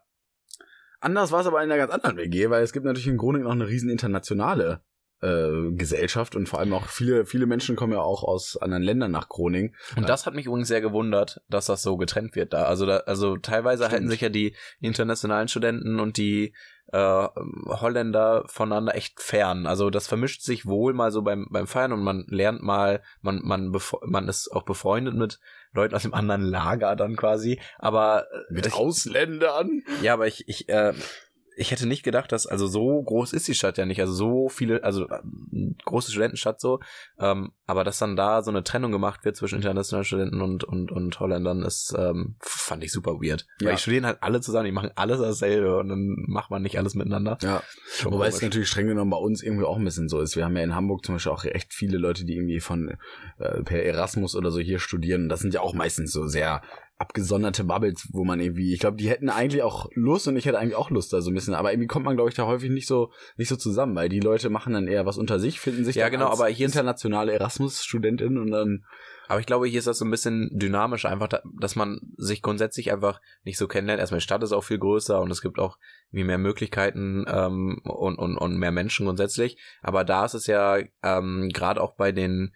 Speaker 2: Anders war es aber in einer ganz anderen W G, weil es gibt natürlich in Groningen auch eine riesen internationale äh, Gesellschaft und vor allem auch viele viele Menschen kommen ja auch aus anderen Ländern nach Groningen.
Speaker 1: Und das hat mich übrigens sehr gewundert, dass das so getrennt wird da. Also da, also teilweise
Speaker 2: Stimmt.
Speaker 1: halten sich ja die internationalen Studenten und die äh, Holländer voneinander echt fern. Also das vermischt sich wohl mal so beim beim Feiern und man lernt mal, man man befo- man ist auch befreundet mit Leuten aus dem anderen Lager dann quasi. Aber äh,
Speaker 2: Mit
Speaker 1: ich,
Speaker 2: Ausländern?
Speaker 1: ja, aber ich ich äh, ich hätte nicht gedacht, dass, also so groß ist die Stadt ja nicht, also so viele, also äh, große Studentenstadt so, ähm, aber dass dann da so eine Trennung gemacht wird zwischen internationalen Studenten und und und Holländern, ist, ähm, fand ich super weird.
Speaker 2: Ja.
Speaker 1: Weil die studieren halt alle zusammen, die machen alles dasselbe und dann macht man nicht alles miteinander.
Speaker 2: Ja,
Speaker 1: Schon
Speaker 2: wobei
Speaker 1: komisch.
Speaker 2: es natürlich streng genommen bei uns irgendwie auch ein bisschen so ist. Wir haben ja in Hamburg zum Beispiel auch echt viele Leute, die irgendwie von äh, per Erasmus oder so hier studieren. Das sind ja auch meistens so sehr abgesonderte Bubbles, wo man irgendwie, ich glaube, die hätten eigentlich auch Lust und ich hätte eigentlich auch Lust da so ein bisschen, aber irgendwie kommt man, glaube ich, da häufig nicht so nicht so zusammen, weil die Leute machen dann eher was unter sich, finden sich
Speaker 1: Ja,
Speaker 2: dann
Speaker 1: genau,
Speaker 2: als
Speaker 1: aber hier ist-
Speaker 2: internationale Erasmus-Studentin und dann
Speaker 1: Aber ich glaube, hier ist das so ein bisschen dynamischer, einfach, da, dass man sich grundsätzlich einfach nicht so kennenlernt. Erstmal, die Stadt ist auch viel größer und es gibt auch wie mehr Möglichkeiten ähm, und, und, und mehr Menschen grundsätzlich. Aber da ist es ja ähm, gerade auch bei den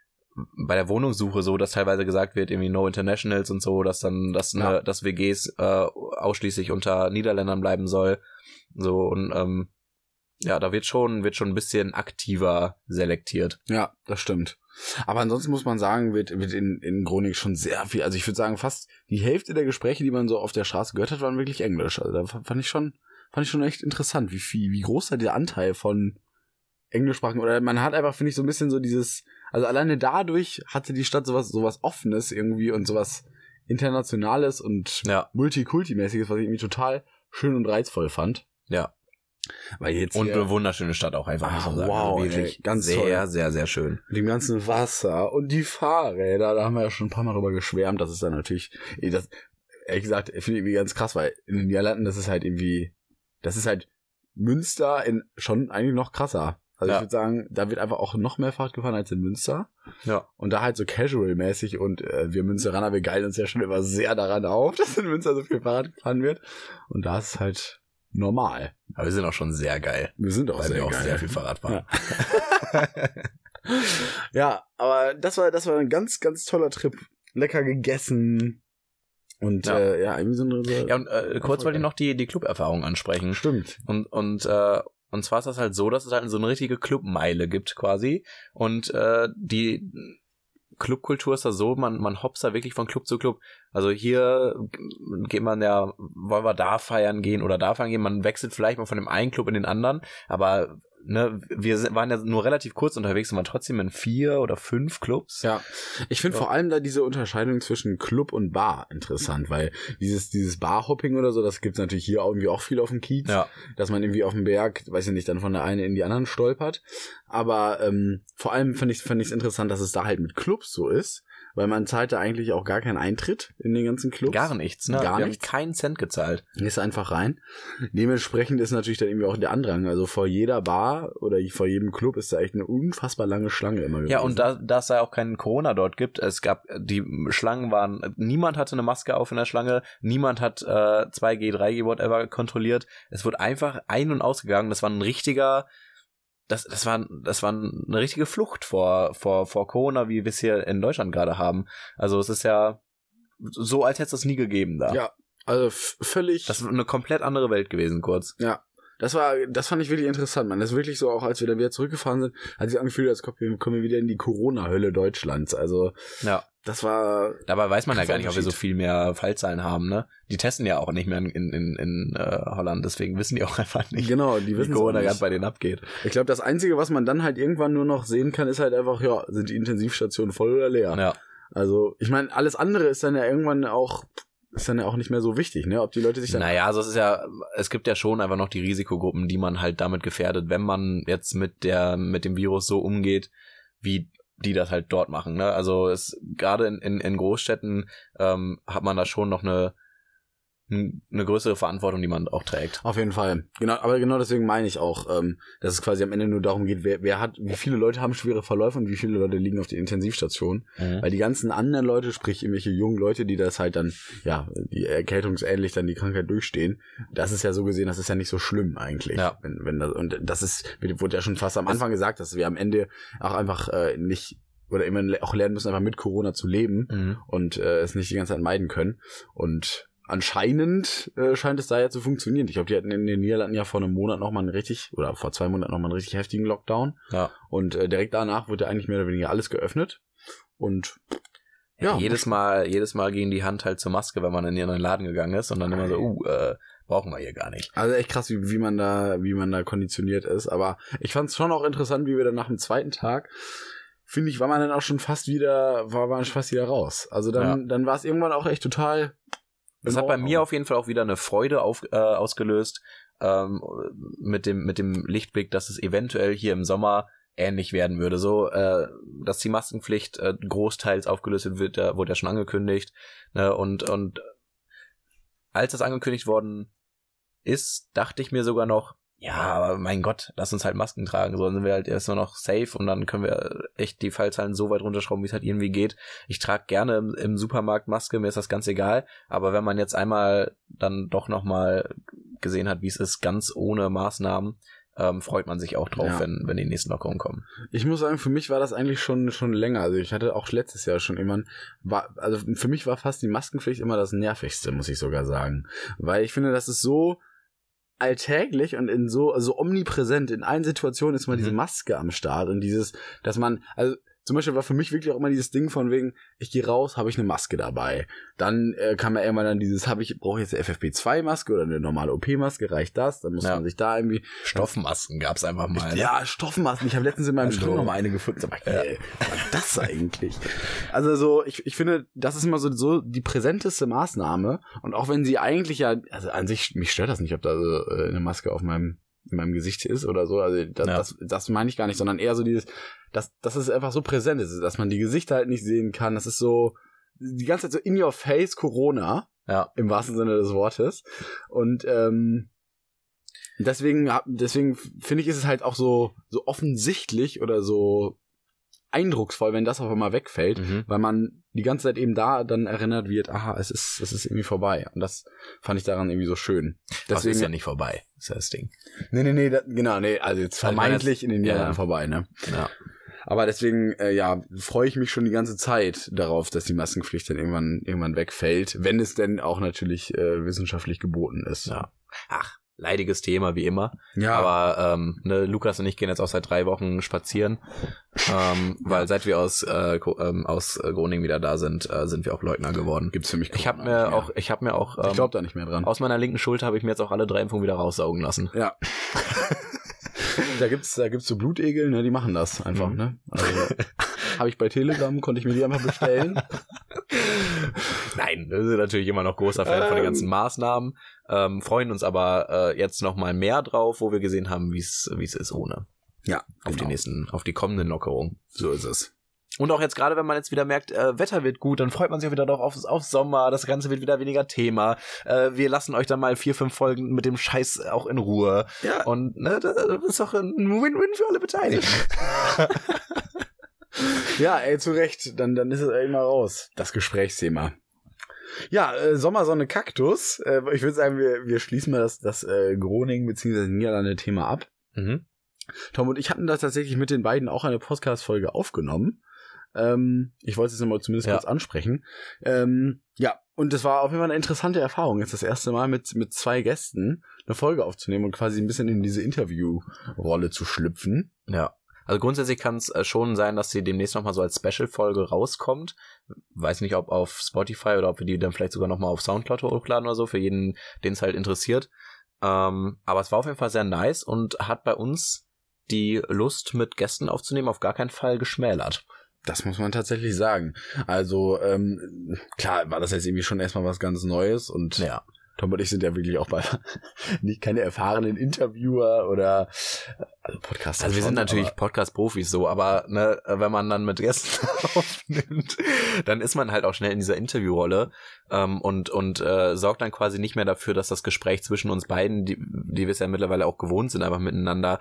Speaker 1: bei der Wohnungssuche so, dass teilweise gesagt wird, irgendwie No Internationals und so, dass dann, dass,
Speaker 2: Ja.
Speaker 1: ne, dass W Gs äh, ausschließlich unter Niederländern bleiben soll. So, und ähm, ja, da wird schon, wird schon ein bisschen aktiver selektiert.
Speaker 2: ja, das stimmt. Aber ansonsten muss man sagen, wird, wird in, in Groningen schon sehr viel, also ich würde sagen, fast die Hälfte der Gespräche, die man so auf der Straße gehört hat, waren wirklich Englisch. Also da fand ich schon, fand ich schon echt interessant, wie viel, wie groß da der Anteil von Englischsprachen, oder man hat einfach, finde ich, so ein bisschen so dieses, also alleine dadurch hatte die Stadt sowas, sowas Offenes irgendwie und sowas Internationales und
Speaker 1: Ja.
Speaker 2: Multikulti-mäßiges, was ich irgendwie total schön und reizvoll fand.
Speaker 1: Ja.
Speaker 2: Weil jetzt
Speaker 1: Und
Speaker 2: hier
Speaker 1: eine wunderschöne Stadt auch einfach,
Speaker 2: Ah,
Speaker 1: muss man sagen.
Speaker 2: wow,
Speaker 1: Also wirklich
Speaker 2: ey, ganz
Speaker 1: sehr,
Speaker 2: toll.
Speaker 1: sehr, sehr schön.
Speaker 2: mit dem ganzen Wasser und die Fahrräder, da haben wir ja schon ein paar Mal drüber geschwärmt, das ist dann natürlich, ey, das, ehrlich gesagt, finde ich irgendwie ganz krass, weil in den Niederlanden, das ist halt irgendwie, das ist halt Münster in schon eigentlich noch krasser. Also
Speaker 1: Ja.
Speaker 2: ich würde sagen, da wird einfach auch noch mehr Fahrrad gefahren als in Münster.
Speaker 1: Ja.
Speaker 2: Und da halt so casual-mäßig und äh, wir Münsteraner, wir geilen uns ja schon immer sehr daran auf, dass in Münster so viel Fahrrad gefahren wird. Und da ist es halt normal.
Speaker 1: Aber wir sind auch schon sehr geil.
Speaker 2: Wir sind auch
Speaker 1: Weil
Speaker 2: sehr
Speaker 1: wir auch
Speaker 2: geil.
Speaker 1: sehr viel Fahrrad fahren.
Speaker 2: Ja, aber das war, das war ein ganz, ganz toller Trip. Lecker gegessen. Und
Speaker 1: Ja.
Speaker 2: äh, ja, irgendwie so eine. So
Speaker 1: Ja, und äh, kurz wollte ich noch die, die Club-Erfahrung ansprechen.
Speaker 2: Stimmt.
Speaker 1: Und, und, äh, und zwar ist das halt so, dass es halt so eine richtige Clubmeile gibt quasi. Und äh, die Clubkultur ist da so, man, man hopst da wirklich von Club zu Club. Also hier geht man ja, wollen wir da feiern gehen oder da feiern gehen, man wechselt vielleicht mal von dem einen Club in den anderen, aber ne, wir sind, waren ja nur relativ kurz unterwegs und waren trotzdem in vier oder fünf Clubs.
Speaker 2: Ja, ich finde ja. vor allem da diese Unterscheidung zwischen Club und Bar interessant, weil dieses dieses Barhopping oder so, das gibt's natürlich hier irgendwie auch viel auf dem Kiez,
Speaker 1: ja.
Speaker 2: dass man irgendwie auf dem Berg, weiß ich nicht, dann von der einen in die anderen stolpert. Aber ähm, vor allem finde ich finde ich es interessant, dass es da halt mit Clubs so ist, weil man zahlt da eigentlich auch gar keinen Eintritt in den ganzen Clubs.
Speaker 1: Gar nichts, ne?
Speaker 2: Gar
Speaker 1: wir
Speaker 2: nichts.
Speaker 1: haben keinen Cent gezahlt.
Speaker 2: Gehst einfach rein. Dementsprechend ist natürlich dann irgendwie auch der Andrang. Also vor jeder Bar oder vor jedem Club ist da echt eine unfassbar lange Schlange immer gewesen.
Speaker 1: Ja, und da, da es ja auch keinen Corona dort gibt, es gab, die Schlangen waren, niemand hatte eine Maske auf in der Schlange, niemand hat äh, zwei G, drei G, whatever kontrolliert. Es wurde einfach ein- und ausgegangen. Das war ein richtiger... Das, das war, das war eine richtige Flucht vor, vor, vor Corona, wie wir es hier in Deutschland gerade haben. Also es ist ja so, als hätte es das nie gegeben da.
Speaker 2: Ja, also f- völlig.
Speaker 1: Das ist eine komplett andere Welt gewesen, kurz.
Speaker 2: Ja, das war, das fand ich wirklich interessant, man. Das ist wirklich so, auch als wir dann wieder zurückgefahren sind, hat sich angefühlt, als kommen wir, kommen wir wieder in die Corona-Hölle Deutschlands. Also
Speaker 1: ja.
Speaker 2: Das war...
Speaker 1: Dabei weiß man ja gar nicht, ob wir so viel mehr Fallzahlen haben, ne? Die testen ja auch nicht mehr in, in, in, in äh, Holland, deswegen wissen die auch einfach nicht,
Speaker 2: genau, die wissen
Speaker 1: wie Corona gerade bei denen abgeht.
Speaker 2: Ich glaube, das Einzige, was man dann halt irgendwann nur noch sehen kann, ist halt einfach, ja, sind die Intensivstationen voll oder leer?
Speaker 1: Ja.
Speaker 2: Also, ich meine, alles andere ist dann ja irgendwann auch... ist dann ja auch nicht mehr so wichtig, ne? Ob die Leute sich dann...
Speaker 1: Naja, also es ist ja, es gibt ja schon einfach noch die Risikogruppen, die man halt damit gefährdet, wenn man jetzt mit der, mit dem Virus so umgeht, wie die das halt dort machen, ne? Also es, gerade in, in, in Großstädten ähm, hat man da schon noch eine eine größere Verantwortung, die man auch trägt.
Speaker 2: Auf jeden Fall. Genau, aber genau deswegen meine ich auch, ähm, dass es quasi am Ende nur darum geht, wer, wer hat, wie viele Leute haben schwere Verläufe und wie viele Leute liegen auf der Intensivstation. Mhm. Weil die ganzen anderen Leute, sprich irgendwelche jungen Leute, die das halt dann, ja, die erkältungsähnlich dann die Krankheit durchstehen, das ist ja so gesehen, das ist ja nicht so schlimm eigentlich.
Speaker 1: Ja.
Speaker 2: Wenn, wenn das, und das ist, wurde ja schon fast am Anfang gesagt, dass wir am Ende auch einfach äh, nicht oder immer auch lernen müssen, einfach mit Corona zu leben mhm. und äh, es nicht die ganze Zeit meiden können. Und anscheinend äh, scheint es da ja zu funktionieren. Ich glaube, die hatten in den Niederlanden ja vor einem Monat nochmal einen richtig, oder vor zwei Monaten nochmal einen richtig heftigen Lockdown.
Speaker 1: Ja.
Speaker 2: Und äh, direkt danach wurde eigentlich mehr oder weniger alles geöffnet. Und
Speaker 1: ja,
Speaker 2: ja,
Speaker 1: jedes Mal, jedes Mal ging die Hand halt zur Maske, wenn man in ihren Laden gegangen ist und dann immer so, uh, äh, brauchen wir hier gar nicht.
Speaker 2: Also echt krass, wie, wie man da, wie man da konditioniert ist. Aber ich fand es schon auch interessant, wie wir dann nach dem zweiten Tag, finde ich, war man dann auch schon fast wieder, war man fast wieder raus. Also dann, ja. dann war es irgendwann auch echt total.
Speaker 1: Das hat bei mir auf jeden Fall auch wieder eine Freude auf, äh, ausgelöst, ähm, mit dem, mit dem Lichtblick, dass es eventuell hier im Sommer ähnlich werden würde. So, äh, dass die Maskenpflicht äh, großteils aufgelöst wird, äh, wurde ja schon angekündigt. Ne? Und, und als das angekündigt worden ist, dachte ich mir sogar noch, ja, aber mein Gott, lass uns halt Masken tragen. So, dann sind wir halt erstmal noch safe und dann können wir echt die Fallzahlen so weit runterschrauben, wie es halt irgendwie geht. Ich trage gerne im, im Supermarkt Maske, mir ist das ganz egal. Aber wenn man jetzt einmal dann doch nochmal gesehen hat, wie es ist, ganz ohne Maßnahmen, ähm, freut man sich auch drauf, ja. wenn, wenn die nächsten Lockerungen kommen.
Speaker 2: Ich muss sagen, für mich war das eigentlich schon schon länger. Also ich hatte auch letztes Jahr schon immer, war, also für mich war fast die Maskenpflicht immer das Nervigste, muss ich sogar sagen. Weil ich finde, das ist so alltäglich und in so, also omnipräsent. In allen Situationen ist mal mhm. diese Maske am Start und dieses, dass man, also zum Beispiel war für mich wirklich auch immer dieses Ding von wegen, ich gehe raus, habe ich eine Maske dabei. Dann äh, kam ja irgendwann dann dieses, habe ich, brauche ich jetzt eine F F P zwei Maske oder eine normale O P-Maske, reicht das? Dann muss ja. man sich da irgendwie...
Speaker 1: Stoffmasken gab's einfach mal.
Speaker 2: Ich, ja, Stoffmasken. Ich habe letztens in meinem Schrank noch mal eine gefunden. Sag mal, hey, was war das eigentlich? Also so, ich, ich finde, das ist immer so, so die präsenteste Maßnahme. Und auch wenn sie eigentlich ja, also an sich, mich stört das nicht, ob da so äh, eine Maske auf meinem in meinem Gesicht ist oder so, also das, ja. das, das meine ich gar nicht, sondern eher so dieses, dass, dass es einfach so präsent ist, dass man die Gesichter halt nicht sehen kann, das ist so, die ganze Zeit so in your face Corona,
Speaker 1: ja.
Speaker 2: im wahrsten Sinne des Wortes und ähm, deswegen, deswegen finde ich, ist es halt auch so, so offensichtlich oder so eindrucksvoll, wenn das auf einmal wegfällt, mhm. weil man die ganze Zeit eben da dann erinnert wird, aha, es ist es ist irgendwie vorbei. Und das fand ich daran irgendwie so schön.
Speaker 1: Das ist ja nicht vorbei, ist ja das Ding.
Speaker 2: Nee, nee, nee, da, genau, nee, also jetzt vermeintlich in den Jahren ja. vorbei, ne?
Speaker 1: Ja.
Speaker 2: Aber deswegen, äh, ja, freue ich mich schon die ganze Zeit darauf, dass die Maskenpflicht dann irgendwann irgendwann wegfällt, wenn es denn auch natürlich äh, wissenschaftlich geboten ist.
Speaker 1: Ja. Ach, leidiges Thema, wie immer.
Speaker 2: Ja.
Speaker 1: Aber ähm, ne, Lukas und ich gehen jetzt auch seit drei Wochen spazieren, ähm, weil seit wir aus äh, ähm, aus Groningen wieder da sind, äh, sind wir auch Leugner geworden.
Speaker 2: Gibt's für mich
Speaker 1: Ich habe mir auch, ich habe mir auch, ähm,
Speaker 2: ich glaube da nicht mehr dran.
Speaker 1: aus meiner linken Schulter habe ich mir jetzt auch alle drei Impfungen wieder raussaugen lassen.
Speaker 2: Ja. da gibt's da gibt's so Blutegel, ne, die machen das einfach,
Speaker 1: Mhm.
Speaker 2: ne? Also habe ich bei Telegram, konnte ich mir die einfach bestellen.
Speaker 1: Nein, wir sind natürlich immer noch großer Fan von den ganzen Maßnahmen, ähm, freuen uns aber äh, jetzt noch mal mehr drauf, wo wir gesehen haben, wie es wie es ist ohne.
Speaker 2: Ja,
Speaker 1: Auf die
Speaker 2: genau.
Speaker 1: nächsten, auf die kommenden Lockerungen.
Speaker 2: So ist es.
Speaker 1: Und auch jetzt gerade, wenn man jetzt wieder merkt, äh, Wetter wird gut, dann freut man sich auch wieder drauf auf, auf Sommer, das Ganze wird wieder weniger Thema. Äh, wir lassen euch dann mal vier, fünf Folgen mit dem Scheiß auch in Ruhe.
Speaker 2: Ja.
Speaker 1: Und ne, das ist doch ein Win-Win für alle Beteiligten.
Speaker 2: Ja, ey, zu Recht. Dann, dann ist es ey mal raus. Das Gesprächsthema. Ja, äh, Sommersonne Kaktus. Äh, ich würde sagen, wir, wir schließen mal das, das äh, Groningen bzw. Niederlande-Thema ab.
Speaker 1: Mhm.
Speaker 2: Tom und ich hatten da tatsächlich mit den beiden auch eine Podcast-Folge aufgenommen. Ähm, ich wollte es jetzt nochmal zumindest
Speaker 1: Ja.
Speaker 2: kurz ansprechen. Ähm, ja, und das war auf jeden Fall eine interessante Erfahrung, jetzt das erste Mal mit, mit zwei Gästen eine Folge aufzunehmen und quasi ein bisschen in diese Interview-Rolle zu schlüpfen.
Speaker 1: Ja. Also grundsätzlich kann es schon sein, dass sie demnächst nochmal so als Special-Folge rauskommt. Weiß nicht, ob auf Spotify oder ob wir die dann vielleicht sogar nochmal auf Soundcloud hochladen oder so, für jeden, den es halt interessiert. Ähm, aber es war auf jeden Fall sehr nice und hat bei uns die Lust, mit Gästen aufzunehmen, auf gar keinen Fall geschmälert.
Speaker 2: Das muss man tatsächlich sagen. Also, ähm, klar war das jetzt irgendwie schon erstmal was ganz Neues und
Speaker 1: Ja.
Speaker 2: Tom und ich sind ja wirklich auch bei nicht keine erfahrenen Interviewer oder also Podcaster.
Speaker 1: Also wir
Speaker 2: schon,
Speaker 1: sind natürlich
Speaker 2: aber-
Speaker 1: Podcast-Profis so, aber ne, wenn man dann mit Gästen aufnimmt, dann ist man halt auch schnell in dieser Interviewrolle ähm, und und äh, sorgt dann quasi nicht mehr dafür, dass das Gespräch zwischen uns beiden, die, die wir es ja mittlerweile auch gewohnt sind, einfach miteinander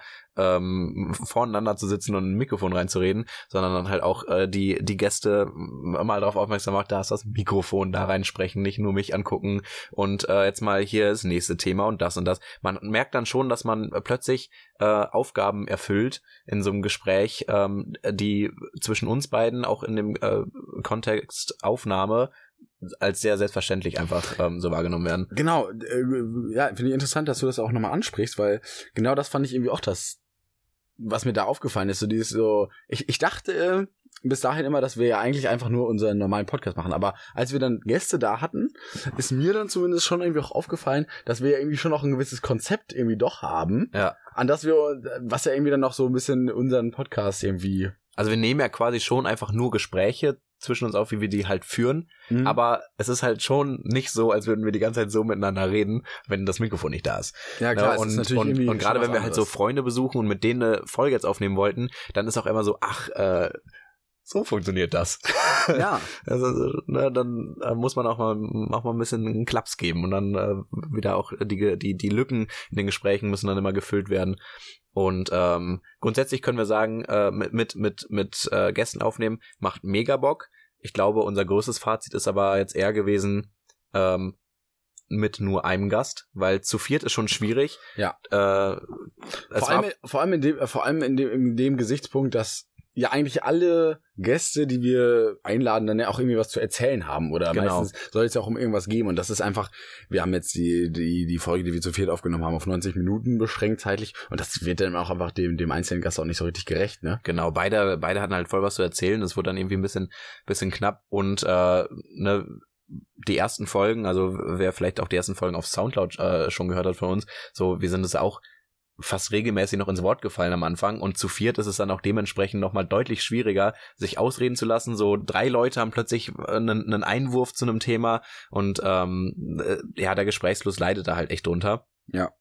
Speaker 1: ähm, voneinander zu sitzen und in ein Mikrofon reinzureden, sondern dann halt auch äh, die die Gäste mal darauf aufmerksam macht, da ist das Mikrofon, da reinsprechen, nicht nur mich angucken und äh, jetzt mal hier das nächste Thema und das und das. Man merkt dann schon, dass man äh, plötzlich äh, Aufgaben erfüllt in so einem Gespräch, ähm, die zwischen uns beiden auch in dem äh, Kontext Aufnahme als sehr selbstverständlich einfach ähm, so wahrgenommen werden.
Speaker 2: Genau, äh, ja, finde ich interessant, dass du das auch nochmal ansprichst, weil genau das fand ich irgendwie auch das, was mir da aufgefallen ist, so dieses so, ich, ich dachte äh, bis dahin immer, dass wir ja eigentlich einfach nur unseren normalen Podcast machen, aber als wir dann Gäste da hatten, ist mir dann zumindest schon irgendwie auch aufgefallen, dass wir ja irgendwie schon noch ein gewisses Konzept irgendwie doch haben,
Speaker 1: Ja.
Speaker 2: an das wir, was ja irgendwie dann noch so ein bisschen unseren Podcast irgendwie...
Speaker 1: Also wir nehmen ja quasi schon einfach nur Gespräche zwischen uns auf, wie wir die halt führen,
Speaker 2: Mhm.
Speaker 1: aber es ist halt schon nicht so, als würden wir die ganze Zeit so miteinander reden, wenn das Mikrofon nicht da ist.
Speaker 2: ja
Speaker 1: Ja,
Speaker 2: es
Speaker 1: und,
Speaker 2: ist natürlich
Speaker 1: und,
Speaker 2: irgendwie
Speaker 1: und gerade
Speaker 2: schon was
Speaker 1: wenn wir halt so
Speaker 2: anderes.
Speaker 1: Freunde besuchen und mit denen eine Folge jetzt aufnehmen wollten, dann ist auch immer so, ach, äh, so funktioniert das.
Speaker 2: Ja.
Speaker 1: Also, ne, dann äh, muss man auch mal, auch mal ein bisschen einen Klaps geben und dann äh, wieder auch die, die, die Lücken in den Gesprächen müssen dann immer gefüllt werden. Und ähm, grundsätzlich können wir sagen, äh, mit, mit, mit, mit äh, Gästen aufnehmen macht mega Bock. Ich glaube, unser größtes Fazit ist aber jetzt eher gewesen, ähm, mit nur einem Gast, weil zu viert ist schon schwierig.
Speaker 2: Ja.
Speaker 1: Äh, es
Speaker 2: Vor
Speaker 1: war-
Speaker 2: allem, vor allem in dem, äh, vor allem in dem, in dem Gesichtspunkt, dass ja eigentlich alle Gäste, die wir einladen, dann ja auch irgendwie was zu erzählen haben oder
Speaker 1: Genau.
Speaker 2: meistens soll es ja auch um irgendwas geben und das ist einfach, wir haben jetzt die, die, die Folge, die wir zu viert aufgenommen haben, auf neunzig Minuten beschränkt zeitlich und das wird dann auch einfach dem, dem einzelnen Gast auch nicht so richtig gerecht, ne?
Speaker 1: Genau, beide, beide hatten halt voll was zu erzählen. Es wurde dann irgendwie ein bisschen, bisschen knapp und äh, ne, die ersten Folgen, also wer vielleicht auch die ersten Folgen auf Soundcloud äh, schon gehört hat von uns, so wir sind es auch fast regelmäßig noch ins Wort gefallen am Anfang und zu viert ist es dann auch dementsprechend nochmal deutlich schwieriger, sich ausreden zu lassen. So drei Leute haben plötzlich einen, einen Einwurf zu einem Thema und ähm, äh, ja, der Gesprächsfluss leidet da halt echt drunter.
Speaker 2: Ja.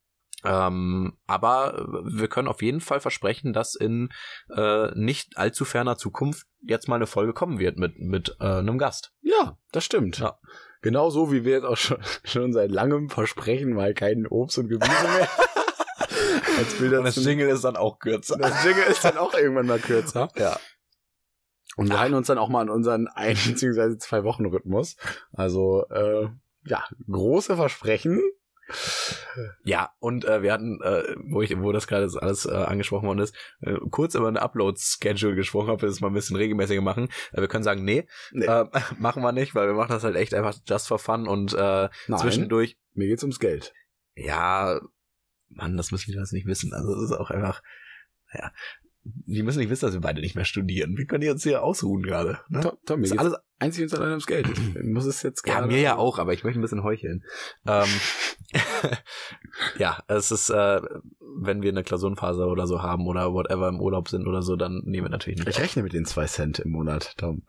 Speaker 1: Ähm, aber wir können auf jeden Fall versprechen, dass in äh, nicht allzu ferner Zukunft jetzt mal eine Folge kommen wird mit mit äh, einem Gast.
Speaker 2: Ja, das stimmt.
Speaker 1: Ja.
Speaker 2: Genauso wie wir jetzt auch schon, schon seit langem versprechen, mal keinen Obst und Gemüse mehr. Als Bilder
Speaker 1: Und das
Speaker 2: zum-
Speaker 1: Jingle ist dann auch kürzer.
Speaker 2: das Jingle ist dann auch irgendwann mal kürzer.
Speaker 1: Ja.
Speaker 2: Und wir halten uns dann auch mal an unseren ein- bzw. zwei Wochen Rhythmus. Also, äh, ja, große Versprechen.
Speaker 1: Ja, und äh, wir hatten, äh, wo ich, wo das gerade alles äh, angesprochen worden ist, äh, kurz über eine Upload-Schedule gesprochen, ob wir das mal ein bisschen regelmäßiger machen. Äh, wir können sagen, nee,
Speaker 2: Nee.
Speaker 1: Äh, machen wir nicht, weil wir machen das halt echt einfach just for fun und äh,
Speaker 2: Nein.
Speaker 1: zwischendurch,
Speaker 2: Mir geht's ums Geld.
Speaker 1: ja, Mann, das müssen die das nicht wissen. Also das ist auch einfach, naja, die müssen nicht wissen, dass wir beide nicht mehr studieren. Wir können die uns hier ausruhen gerade. Ne?
Speaker 2: Tom, Tom, mir
Speaker 1: ist
Speaker 2: geht's
Speaker 1: alles
Speaker 2: einzig und allein ums Geld. Ich muss es jetzt
Speaker 1: Ja,
Speaker 2: gerade...
Speaker 1: mir ja auch, aber ich möchte ein bisschen heucheln. ähm, ja, es ist, äh, wenn wir eine Klausurenphase oder so haben oder whatever im Urlaub sind oder so, dann nehmen wir natürlich nicht
Speaker 2: Ich
Speaker 1: auf.
Speaker 2: rechne mit den zwei Cent im Monat, Tom.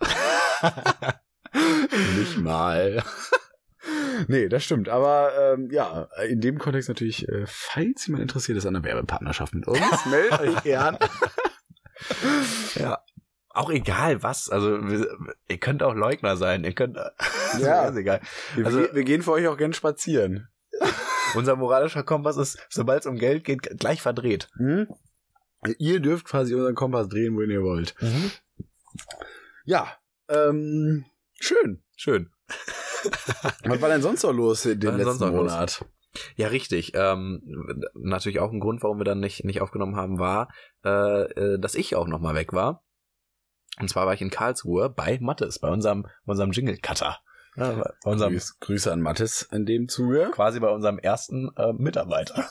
Speaker 2: Nicht mal. Nee, das stimmt. Aber ähm, ja, in dem Kontext natürlich, äh, falls jemand interessiert ist an einer Werbepartnerschaft mit uns, meldet euch gern.
Speaker 1: Ja. Auch egal was, also wir, ihr könnt auch Leugner sein, ihr könnt, also
Speaker 2: Ja.
Speaker 1: ist egal.
Speaker 2: Wir,
Speaker 1: Also-
Speaker 2: wir gehen für euch auch gern spazieren.
Speaker 1: Unser moralischer Kompass ist, sobald es um Geld geht, gleich verdreht.
Speaker 2: Hm? Ihr dürft quasi unseren Kompass drehen, wohin ihr wollt. Ja, ähm, schön.
Speaker 1: Schön.
Speaker 2: Was war denn sonst noch los in
Speaker 1: Was
Speaker 2: den
Speaker 1: war sonst
Speaker 2: letzten
Speaker 1: noch los?
Speaker 2: Monat?
Speaker 1: Ja, richtig. Ähm, natürlich auch ein Grund, warum wir dann nicht, nicht aufgenommen haben, war, äh, äh, dass ich auch nochmal weg war. Und zwar war ich in Karlsruhe bei Mattes, bei unserem, unserem Jingle-Cutter. Ja, bei unserem,
Speaker 2: Grüß, Grüße an Mattes in dem Zuge.
Speaker 1: quasi bei unserem ersten äh, Mitarbeiter.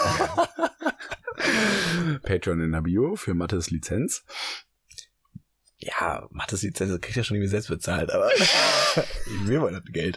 Speaker 2: Patreon in der Bio für Mattes Lizenz.
Speaker 1: Ja, Mattes Lizenz kriegt ja schon irgendwie selbst bezahlt, aber wir wollen das Geld.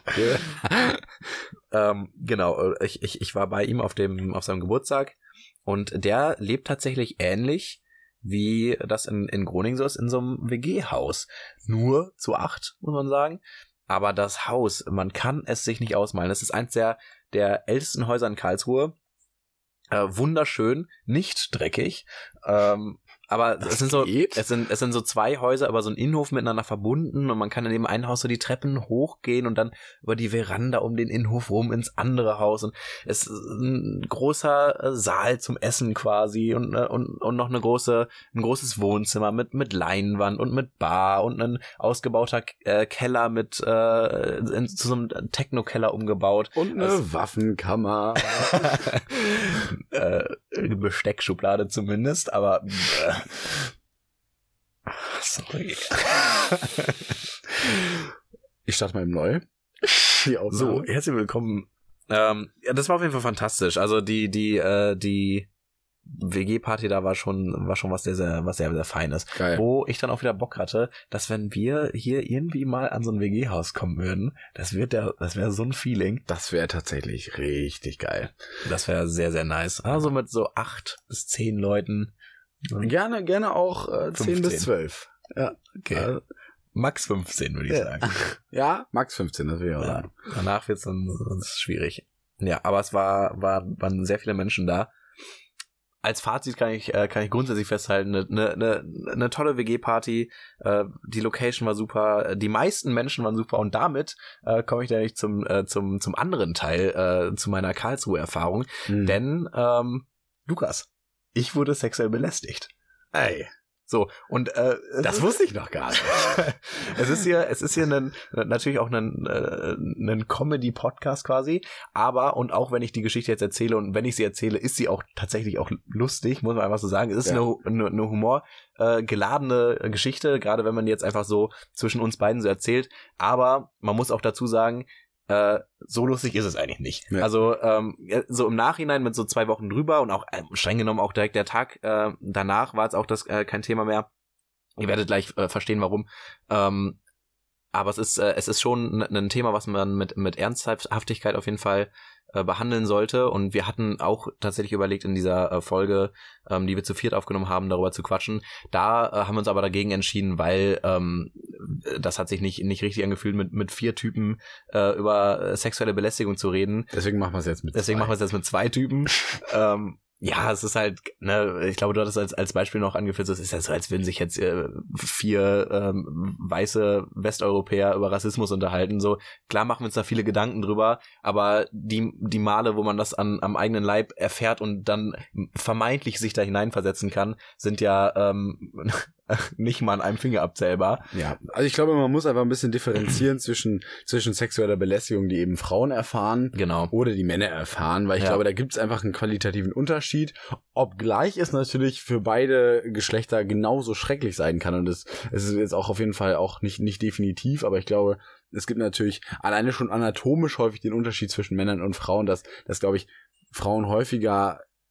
Speaker 1: ähm, genau, ich, ich, ich war bei ihm auf dem, auf seinem Geburtstag und der lebt tatsächlich ähnlich, wie das in, in Groningen so ist, in so einem W G-Haus. Nur zu acht, muss man sagen. Aber das Haus, man kann es sich nicht ausmalen. Das ist eins der, der ältesten Häuser in Karlsruhe. Äh, wunderschön, nicht dreckig. Ähm, aber
Speaker 2: Das
Speaker 1: es sind so,
Speaker 2: geht?
Speaker 1: es sind, es sind so zwei Häuser, aber so ein Innenhof miteinander verbunden und man kann in dem einen Haus so die Treppen hochgehen und dann über die Veranda um den Innenhof rum ins andere Haus und es ist ein großer äh, Saal zum Essen quasi und, äh, und, und noch eine große, ein großes Wohnzimmer mit, mit Leinwand und mit Bar und ein ausgebauter äh, Keller mit, äh, in, zu so einem Techno-Keller umgebaut.
Speaker 2: Und eine
Speaker 1: Also-
Speaker 2: Waffenkammer.
Speaker 1: äh, Besteckschublade zumindest, aber äh, sorry.
Speaker 2: Ich starte mal im Neu. Die Aufnahme.
Speaker 1: So, herzlich willkommen. Ähm, ja, das war auf jeden Fall fantastisch. Also die die äh, die W G-Party da war schon war schon was sehr sehr was sehr sehr Feines.
Speaker 2: Geil.
Speaker 1: Wo ich dann auch wieder Bock hatte, dass wenn wir hier irgendwie mal an so ein W G-Haus kommen würden, das wird der das wäre so ein Feeling.
Speaker 2: Das wäre tatsächlich richtig geil.
Speaker 1: Das wäre sehr sehr nice. Also mit so acht bis zehn Leuten.
Speaker 2: Gerne, gerne auch äh, zehn bis zwölf. Ja,
Speaker 1: Okay.
Speaker 2: Äh,
Speaker 1: Max fünfzehn, würde ich
Speaker 2: Ja.
Speaker 1: sagen.
Speaker 2: ja, Max fünfzehn, das will ich auch
Speaker 1: Ja.
Speaker 2: sagen.
Speaker 1: Danach wird es dann sonst schwierig. Ja, aber es war, war, waren sehr viele Menschen da. Als Fazit kann ich, äh, kann ich grundsätzlich festhalten, eine, eine, eine, eine tolle W G-Party, äh, die Location war super, die meisten Menschen waren super und damit äh, komme ich dann zum, äh, zum, zum anderen Teil, äh, zu meiner Karlsruhe-Erfahrung.
Speaker 2: Mhm.
Speaker 1: Denn, ähm, Lukas, ich wurde sexuell belästigt.
Speaker 2: Ey,
Speaker 1: So, und äh,
Speaker 2: das wusste ich noch gar nicht.
Speaker 1: es ist hier, es ist hier ein, natürlich auch ein, äh, ein Comedy-Podcast quasi, aber, und auch wenn ich die Geschichte jetzt erzähle und wenn ich sie erzähle, ist sie auch tatsächlich auch lustig, muss man einfach so sagen. Es ist
Speaker 2: Ja.
Speaker 1: eine, eine, eine Humor äh, geladene Geschichte, gerade wenn man die jetzt einfach so zwischen uns beiden so erzählt, aber man muss auch dazu sagen, äh, so lustig ist es eigentlich nicht.
Speaker 2: Ja.
Speaker 1: Also ähm, ja, so im Nachhinein mit so zwei Wochen drüber und auch äh, streng genommen auch direkt der Tag äh, danach war jetzt auch das äh, kein Thema mehr. Ihr werdet gleich äh, verstehen, warum. Ähm, aber es ist äh, es ist schon ein, ein Thema, was man mit mit Ernsthaftigkeit auf jeden Fall äh, behandeln sollte. Und wir hatten auch tatsächlich überlegt, in dieser äh, Folge, ähm, die wir zu viert aufgenommen haben, darüber zu quatschen. Da äh, haben wir uns aber dagegen entschieden, weil ähm, das hat sich nicht nicht richtig angefühlt, mit mit vier Typen äh, über sexuelle Belästigung zu reden.
Speaker 2: Deswegen machen wir es jetzt mit
Speaker 1: Deswegen
Speaker 2: zwei.
Speaker 1: machen wir es jetzt mit zwei Typen. ähm, ja, es ist halt, ne, ich glaube, du hattest als als Beispiel noch angeführt, es ist ja so, als würden sich jetzt äh, vier ähm, weiße Westeuropäer über Rassismus unterhalten. So, klar machen wir uns da viele Gedanken drüber, aber die die Male, wo man das an am eigenen Leib erfährt und dann vermeintlich sich da hineinversetzen kann, sind ja ähm, nicht mal an einem Finger abzählbar.
Speaker 2: Ja, also ich glaube, man muss einfach ein bisschen differenzieren zwischen zwischen sexueller Belästigung, die eben Frauen erfahren,
Speaker 1: Genau.
Speaker 2: oder die Männer erfahren, weil ich
Speaker 1: Ja.
Speaker 2: glaube, da gibt es einfach einen qualitativen Unterschied, obgleich es natürlich für beide Geschlechter genauso schrecklich sein kann und es, es ist jetzt auch auf jeden Fall auch nicht nicht definitiv, aber ich glaube, es gibt natürlich alleine schon anatomisch häufig den Unterschied zwischen Männern und Frauen, dass, dass glaube ich, Frauen häufiger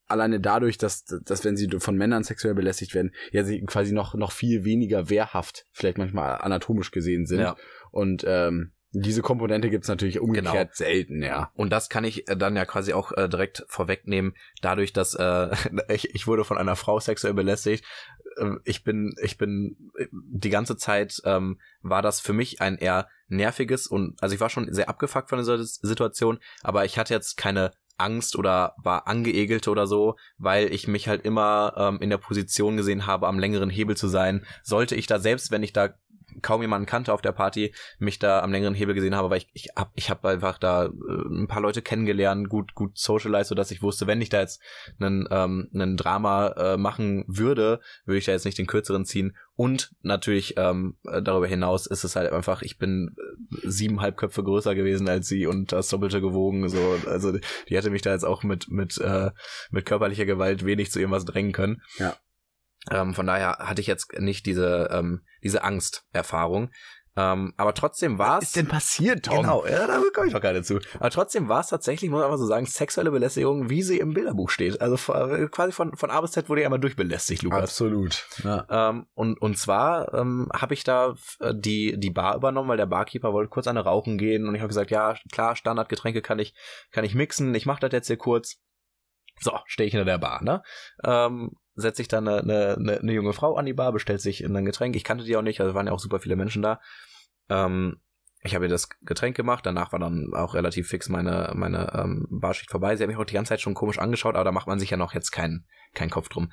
Speaker 2: alleine dadurch, dass, dass wenn sie von Männern sexuell belästigt werden, ja sie quasi noch, noch viel weniger wehrhaft vielleicht manchmal anatomisch gesehen sind. Ja. Und ähm, diese Komponente gibt's natürlich umgekehrt genau. selten, ja.
Speaker 1: Und das kann ich dann ja quasi auch äh, direkt vorwegnehmen, dadurch, dass äh, ich, ich wurde von einer Frau sexuell belästigt. Äh, ich bin, ich bin die ganze Zeit ähm, war das für mich ein eher nerviges und also ich war schon sehr abgefuckt von dieser Situation, aber ich hatte jetzt keine Angst oder war angeekelt oder so, weil ich mich halt immer ähm, in der Position gesehen habe, am längeren Hebel zu sein. Sollte ich da, selbst wenn ich da kaum jemanden kannte auf der Party, mich da am längeren Hebel gesehen habe, weil ich ich hab ich hab einfach da äh, ein paar Leute kennengelernt, gut gut socialized, sodass ich wusste, wenn ich da jetzt einen ähm, einen Drama äh, machen würde, würde ich da jetzt nicht den kürzeren ziehen. Und natürlich ähm, darüber hinaus ist es halt einfach, ich bin siebeneinhalb Köpfe größer gewesen als sie und das Doppelte gewogen, so, also die hätte mich da jetzt auch mit mit äh, mit körperlicher Gewalt wenig zu irgendwas drängen können.
Speaker 2: Ja.
Speaker 1: Ähm, von daher hatte ich jetzt nicht diese ähm, diese Angsterfahrung. Ähm, aber trotzdem war es...
Speaker 2: Was ist denn passiert, Tom?
Speaker 1: Genau, ja, da komme ich doch gerade zu. Aber trotzdem war es tatsächlich, muss man mal so sagen, sexuelle Belästigung, wie sie im Bilderbuch steht. Also quasi von von A bis Z wurde ich einmal durchbelästigt, Lukas.
Speaker 2: Absolut.
Speaker 1: Ja. Ähm, und und zwar ähm, habe ich da die die Bar übernommen, weil der Barkeeper wollte kurz eine rauchen gehen und ich habe gesagt, ja, klar, Standardgetränke kann ich kann ich mixen, ich mache das jetzt hier kurz. So, stehe ich hinter der Bar, ne? Ähm, setzt sich dann eine, eine, eine junge Frau an die Bar, bestellt sich ein Getränk. Ich kannte die auch nicht, also waren ja auch super viele Menschen da. Ähm, ich habe ihr das Getränk gemacht, danach war dann auch relativ fix meine meine ähm, Barschicht vorbei. Sie hat mich auch die ganze Zeit schon komisch angeschaut, aber da macht man sich ja noch jetzt keinen keinen Kopf drum.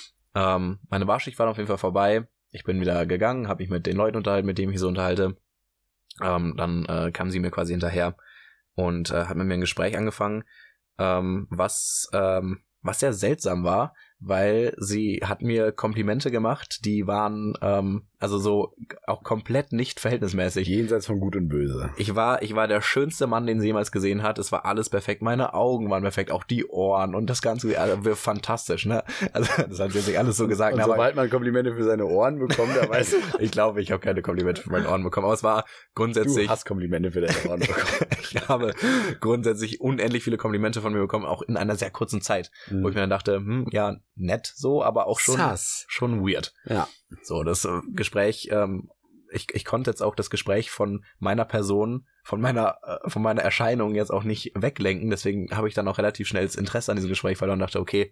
Speaker 1: Ähm, meine Barschicht war auf jeden Fall vorbei. Ich bin wieder gegangen, habe mich mit den Leuten unterhalten, mit denen ich mich so unterhalte. Ähm, dann äh, kam sie mir quasi hinterher und äh, hat mit mir ein Gespräch angefangen, ähm, was ähm, was sehr seltsam war, weil sie hat mir Komplimente gemacht, die waren ähm, also so auch komplett nicht verhältnismäßig.
Speaker 2: Jenseits von Gut und Böse.
Speaker 1: Ich war ich war der schönste Mann, den sie jemals gesehen hat. Es war alles perfekt. Meine Augen waren perfekt, auch die Ohren und das Ganze, also fantastisch, ne? Also das hat sie jetzt nicht alles so gesagt.
Speaker 2: Und
Speaker 1: aber
Speaker 2: sobald man Komplimente für seine Ohren bekommt, da weiß ich.
Speaker 1: Ich glaube, ich habe keine Komplimente für meine Ohren bekommen, aber es war grundsätzlich...
Speaker 2: Du hast Komplimente für deine Ohren bekommen.
Speaker 1: Ich habe grundsätzlich unendlich viele Komplimente von mir bekommen, auch in einer sehr kurzen Zeit, mhm. wo ich mir dann dachte, hm, ja, nett so, aber auch schon
Speaker 2: Sass.
Speaker 1: schon weird.
Speaker 2: Ja.
Speaker 1: So, das äh, Gespräch, ähm, ich, ich konnte jetzt auch das Gespräch von meiner Person, von meiner äh, von meiner Erscheinung jetzt auch nicht weglenken, deswegen habe ich dann auch relativ schnell das Interesse an diesem Gespräch verloren und dachte, okay,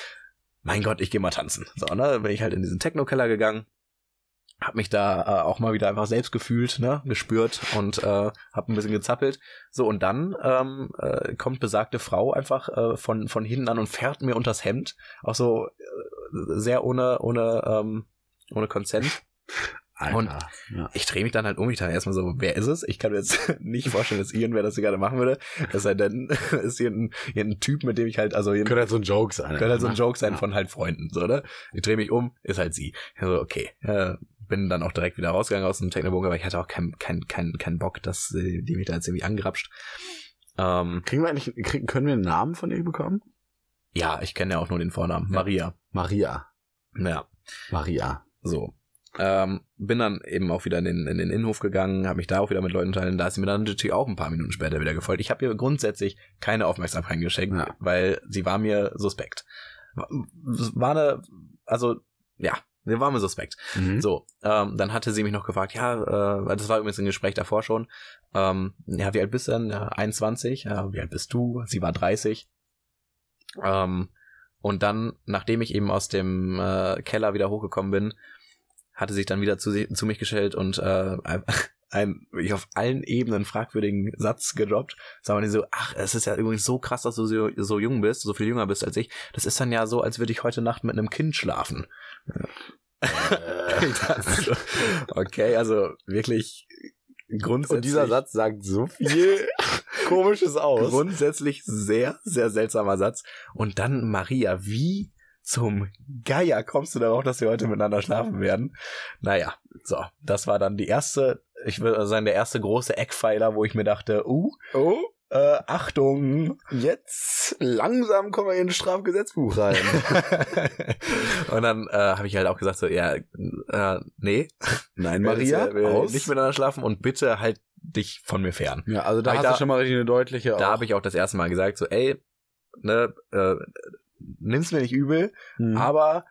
Speaker 1: mein Gott, ich gehe mal tanzen. So, ne, bin ich halt in diesen Techno-Keller gegangen, hab mich da äh, auch mal wieder einfach selbst gefühlt, ne, gespürt und äh, hab ein bisschen gezappelt. So, und dann ähm, äh, kommt besagte Frau einfach äh, von von hinten an und fährt mir unters Hemd, auch so äh, sehr ohne ohne ähm, ohne Consent.
Speaker 2: Alter,
Speaker 1: und
Speaker 2: ja.
Speaker 1: Ich drehe mich dann halt um, ich dachte erstmal so, wer ist es? Ich kann mir jetzt nicht vorstellen, dass irgendwer das hier gerade machen würde. Es sei denn, ist hier ein, hier ein Typ, mit dem ich halt, also...
Speaker 2: Könnte halt so ein Joke sein.
Speaker 1: Könnte halt so ein Joke sein
Speaker 2: ja.
Speaker 1: von halt Freunden, so, ne? Ich drehe mich um, ist halt sie. Also, okay, äh, bin dann auch direkt wieder rausgegangen aus dem Technobunker, aber ich hatte auch keinen kein, kein, kein Bock, dass die mich da jetzt irgendwie angrapscht. Ähm,
Speaker 2: Kriegen wir eigentlich, kriegen, können wir einen Namen von ihr bekommen?
Speaker 1: Ja, ich kenne ja auch nur den Vornamen. Ja. Maria.
Speaker 2: Maria.
Speaker 1: Ja.
Speaker 2: Maria.
Speaker 1: So. Ähm, bin dann eben auch wieder in den, in den Innenhof gegangen, habe mich da auch wieder mit Leuten unterhalten, da ist sie mir dann natürlich auch ein paar Minuten später wieder gefolgt. Ich habe ihr grundsätzlich keine Aufmerksamkeit geschenkt, ja. weil sie war mir suspekt. War eine, also, ja, sie war mir suspekt. Mhm. So, ähm, dann hatte sie mich noch gefragt, ja, äh, das war übrigens ein Gespräch davor schon, ähm, ja, wie alt bist du denn? Ja, einundzwanzig, ja, wie alt bist du? Sie war dreißig. Ähm, und dann, nachdem ich eben aus dem äh, Keller wieder hochgekommen bin, hatte sich dann wieder zu, zu mich gestellt und äh, einen wirklich auf allen Ebenen fragwürdigen Satz gedroppt. Sagen wir nicht so, ach, es ist ja übrigens so krass, dass du so, so jung bist, so viel jünger bist als ich. Das ist dann ja so, als würde ich heute Nacht mit einem Kind schlafen. das, okay, also wirklich grundsätzlich...
Speaker 2: Und dieser Satz sagt so viel Komisches aus.
Speaker 1: Grundsätzlich sehr, sehr seltsamer Satz. Und dann Maria, wie... Zum Geier kommst du darauf, dass wir heute miteinander schlafen werden? Naja, so, das war dann die erste, ich würde sagen, der erste große Eckpfeiler, wo ich mir dachte, uh,
Speaker 2: oh,
Speaker 1: äh, Achtung,
Speaker 2: jetzt langsam kommen wir in das Strafgesetzbuch rein.
Speaker 1: Und dann äh, habe ich halt auch gesagt so, ja, äh, nee.
Speaker 2: Nein, Maria,
Speaker 1: wir aus. Nicht miteinander schlafen und bitte halt dich von mir fern.
Speaker 2: Ja, also da hast
Speaker 1: da,
Speaker 2: du schon mal richtig eine deutliche...
Speaker 1: Da habe ich auch das erste Mal gesagt so, ey, ne, äh, nimm's mir nicht übel,
Speaker 2: Mhm.
Speaker 1: aber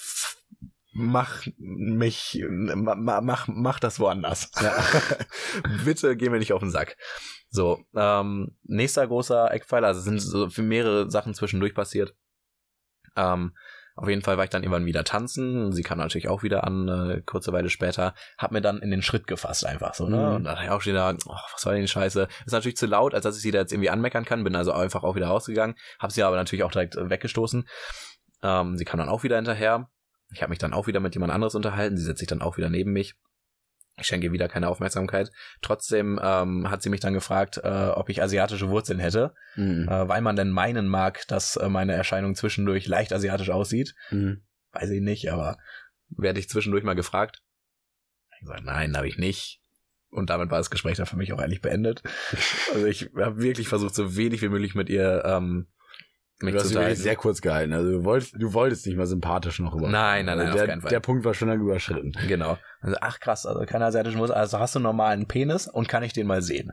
Speaker 1: mach mich, mach, mach, mach das woanders.
Speaker 2: Ja.
Speaker 1: Bitte geh mir nicht auf den Sack. So, ähm, nächster großer Eckpfeiler, also es sind so für mehrere Sachen zwischendurch passiert. Ähm, auf jeden Fall war ich dann irgendwann wieder tanzen. Sie kam natürlich auch wieder an, äh, kurze Weile später. Hab mir dann in den Schritt gefasst einfach so, ne?
Speaker 2: Mhm.
Speaker 1: Und dann hab ich auch schon da, oh, was war denn die Scheiße? Ist natürlich zu laut, als dass ich sie da jetzt irgendwie anmeckern kann. Bin also einfach auch wieder rausgegangen. Hab sie aber natürlich auch direkt äh, weggestoßen. Ähm, sie kam dann auch wieder hinterher. Ich habe mich dann auch wieder mit jemand anderes unterhalten. Sie setzt sich dann auch wieder neben mich. Ich schenke ihr wieder keine Aufmerksamkeit. Trotzdem ähm, hat sie mich dann gefragt, äh, ob ich asiatische Wurzeln hätte,
Speaker 2: Mhm.
Speaker 1: äh, weil man denn meinen mag, dass äh, meine Erscheinung zwischendurch leicht asiatisch aussieht.
Speaker 2: Mhm.
Speaker 1: Weiß ich nicht, aber werde ich zwischendurch mal gefragt. Ich gesagt, nein, habe ich nicht. Und damit war das Gespräch dann für mich auch eigentlich beendet. Also ich habe wirklich versucht, so wenig wie möglich mit ihr ähm, mich
Speaker 2: Du hast
Speaker 1: zu
Speaker 2: dich wirklich
Speaker 1: teilen.
Speaker 2: sehr kurz gehalten. Also du wolltest, du wolltest nicht mal sympathisch noch über.
Speaker 1: Nein, nein, nein,
Speaker 2: also
Speaker 1: auf
Speaker 2: der,
Speaker 1: keinen Fall.
Speaker 2: Der Punkt war schon lange überschritten.
Speaker 1: Genau. Also, ach krass, also keine asiatischen Wurzeln. Also hast du einen normalen Penis und kann ich den mal sehen?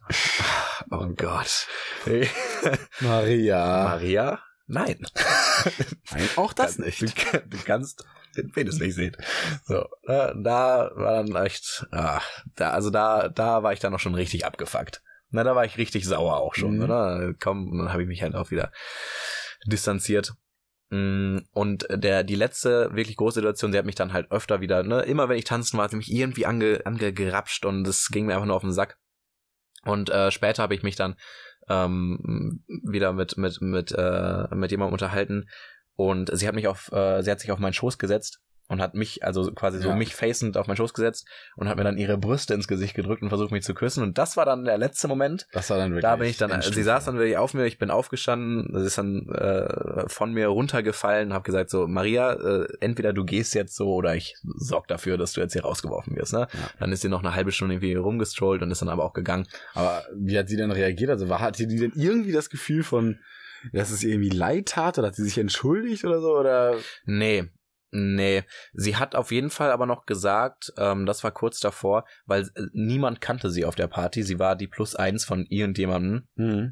Speaker 1: Oh Gott. Hey.
Speaker 2: Maria.
Speaker 1: Maria? Nein.
Speaker 2: Nein, auch das nicht.
Speaker 1: Du, du kannst den Penis nicht sehen. So, da, da war dann echt, ah, da, also da, da war ich dann noch schon richtig abgefuckt. Na, da war ich richtig sauer auch schon,
Speaker 2: Mhm.
Speaker 1: oder? Komm, und dann habe ich mich halt auch wieder distanziert. Und der, die letzte wirklich große Situation, sie hat mich dann halt öfter wieder, ne, immer wenn ich tanzen war, hat sie mich irgendwie ange, angegrapscht und das ging mir einfach nur auf den Sack. Und äh, später habe ich mich dann ähm, wieder mit mit mit äh, mit jemandem unterhalten und sie hat mich auf, äh, sie hat sich auf meinen Schoß gesetzt und hat mich, also quasi so
Speaker 2: Ja.
Speaker 1: mich facend auf meinen Schoß gesetzt und hat mir dann ihre Brüste ins Gesicht gedrückt und versucht mich zu küssen und das war dann der letzte Moment.
Speaker 2: Das war dann wirklich.
Speaker 1: Da bin ich dann,
Speaker 2: Endstufe.
Speaker 1: sie saß dann wirklich auf mir, ich bin aufgestanden, sie ist dann äh, von mir runtergefallen, habe gesagt so, Maria, äh, entweder du gehst jetzt so oder ich sorg dafür, dass du jetzt hier rausgeworfen wirst, ne?
Speaker 2: Ja.
Speaker 1: Dann ist sie noch eine halbe Stunde irgendwie rumgestrollt und ist dann aber auch gegangen.
Speaker 2: Aber wie hat sie denn reagiert? Also war, hatte die denn irgendwie das Gefühl von, dass es ihr irgendwie leid tat oder hat sie sich entschuldigt oder so? Oder?
Speaker 1: Nee, nee. Sie hat auf jeden Fall aber noch gesagt, ähm, das war kurz davor, weil äh, niemand kannte sie auf der Party, sie war die Plus eins von irgendjemandem.
Speaker 2: Mhm.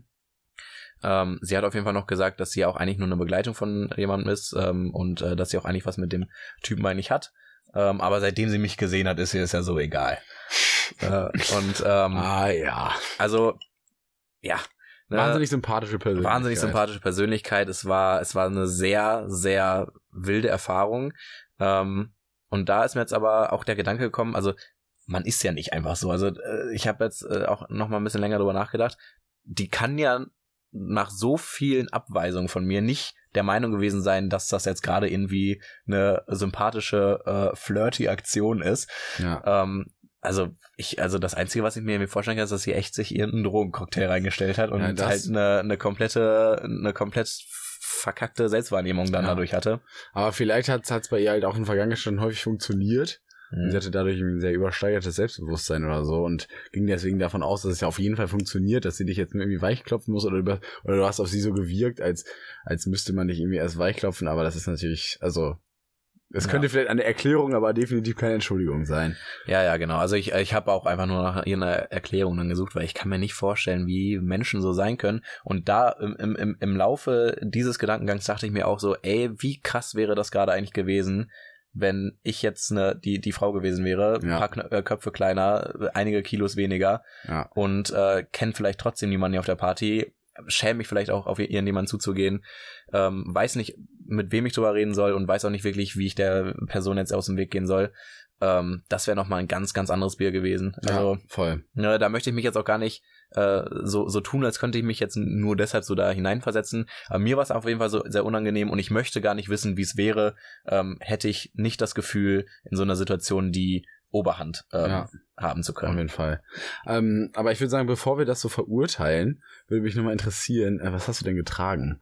Speaker 1: Ähm, sie hat auf jeden Fall noch gesagt, dass sie auch eigentlich nur eine Begleitung von jemandem ist ähm, und äh, dass sie auch eigentlich was mit dem Typen eigentlich hat. Ähm, aber seitdem sie mich gesehen hat, ist ihr das ja so egal. äh, und ähm,
Speaker 2: Ah ja.
Speaker 1: also, ja. Ne,
Speaker 2: Wahnsinnig sympathische Persönlichkeit.
Speaker 1: wahnsinnig sympathische Persönlichkeit. Es war, es war eine sehr, sehr wilde Erfahrung. Ähm, und da ist mir jetzt aber auch der Gedanke gekommen, also man ist ja nicht einfach so. Also äh, ich habe jetzt äh, auch noch mal ein bisschen länger drüber nachgedacht. Die kann ja nach so vielen Abweisungen von mir nicht der Meinung gewesen sein, dass das jetzt gerade irgendwie eine sympathische, äh, flirty Aktion ist.
Speaker 2: Ja.
Speaker 1: Ähm, also ich, also das Einzige, was ich mir irgendwie vorstellen kann, ist, dass sie echt sich irgendeinen Drogencocktail reingestellt hat und
Speaker 2: Ja, das-
Speaker 1: halt eine, eine komplette, eine komplett verkackte Selbstwahrnehmung dann
Speaker 2: Ja.
Speaker 1: dadurch hatte.
Speaker 2: Aber vielleicht hat es bei ihr halt auch in der Vergangenheit schon häufig funktioniert. Und sie hatte dadurch ein sehr übersteigertes Selbstbewusstsein oder so und ging deswegen davon aus, dass es ja auf jeden Fall funktioniert, dass sie dich jetzt nur irgendwie weichklopfen muss oder über, oder du hast auf sie so gewirkt, als, als müsste man dich irgendwie erst weichklopfen, aber das ist natürlich, also, es
Speaker 1: Ja.
Speaker 2: könnte vielleicht eine Erklärung, aber definitiv keine Entschuldigung sein.
Speaker 1: Ja, ja, genau. Also ich, ich habe auch einfach nur nach irgendeiner Erklärung dann gesucht, weil ich kann mir nicht vorstellen, wie Menschen so sein können. Und da im, im, im Laufe dieses Gedankengangs dachte ich mir auch so, ey, wie krass wäre das gerade eigentlich gewesen, wenn ich jetzt ne, die, die Frau gewesen wäre, ein
Speaker 2: Ja.
Speaker 1: paar Kn- äh, Köpfe kleiner, einige Kilos weniger
Speaker 2: Ja.
Speaker 1: und äh, kennt vielleicht trotzdem niemanden hier auf der Party, schäme mich vielleicht auch auf irgendjemanden zuzugehen, ähm, weiß nicht, mit wem ich drüber reden soll und weiß auch nicht wirklich, wie ich der Person jetzt aus dem Weg gehen soll. Ähm, das wäre nochmal ein ganz, ganz anderes Bier gewesen. Also
Speaker 2: ja, voll.
Speaker 1: ne, da möchte ich mich jetzt auch gar nicht äh, so, so tun, als könnte ich mich jetzt nur deshalb so da hineinversetzen. Aber mir war es auf jeden Fall so sehr unangenehm und ich möchte gar nicht wissen, wie es wäre, ähm, hätte ich nicht das Gefühl, in so einer Situation die Oberhand ähm,
Speaker 2: Ja.
Speaker 1: haben zu
Speaker 2: Auf
Speaker 1: können.
Speaker 2: jeden Fall. Ähm, aber ich würde sagen, bevor wir das so verurteilen, würde mich nochmal interessieren, äh, was hast du denn getragen?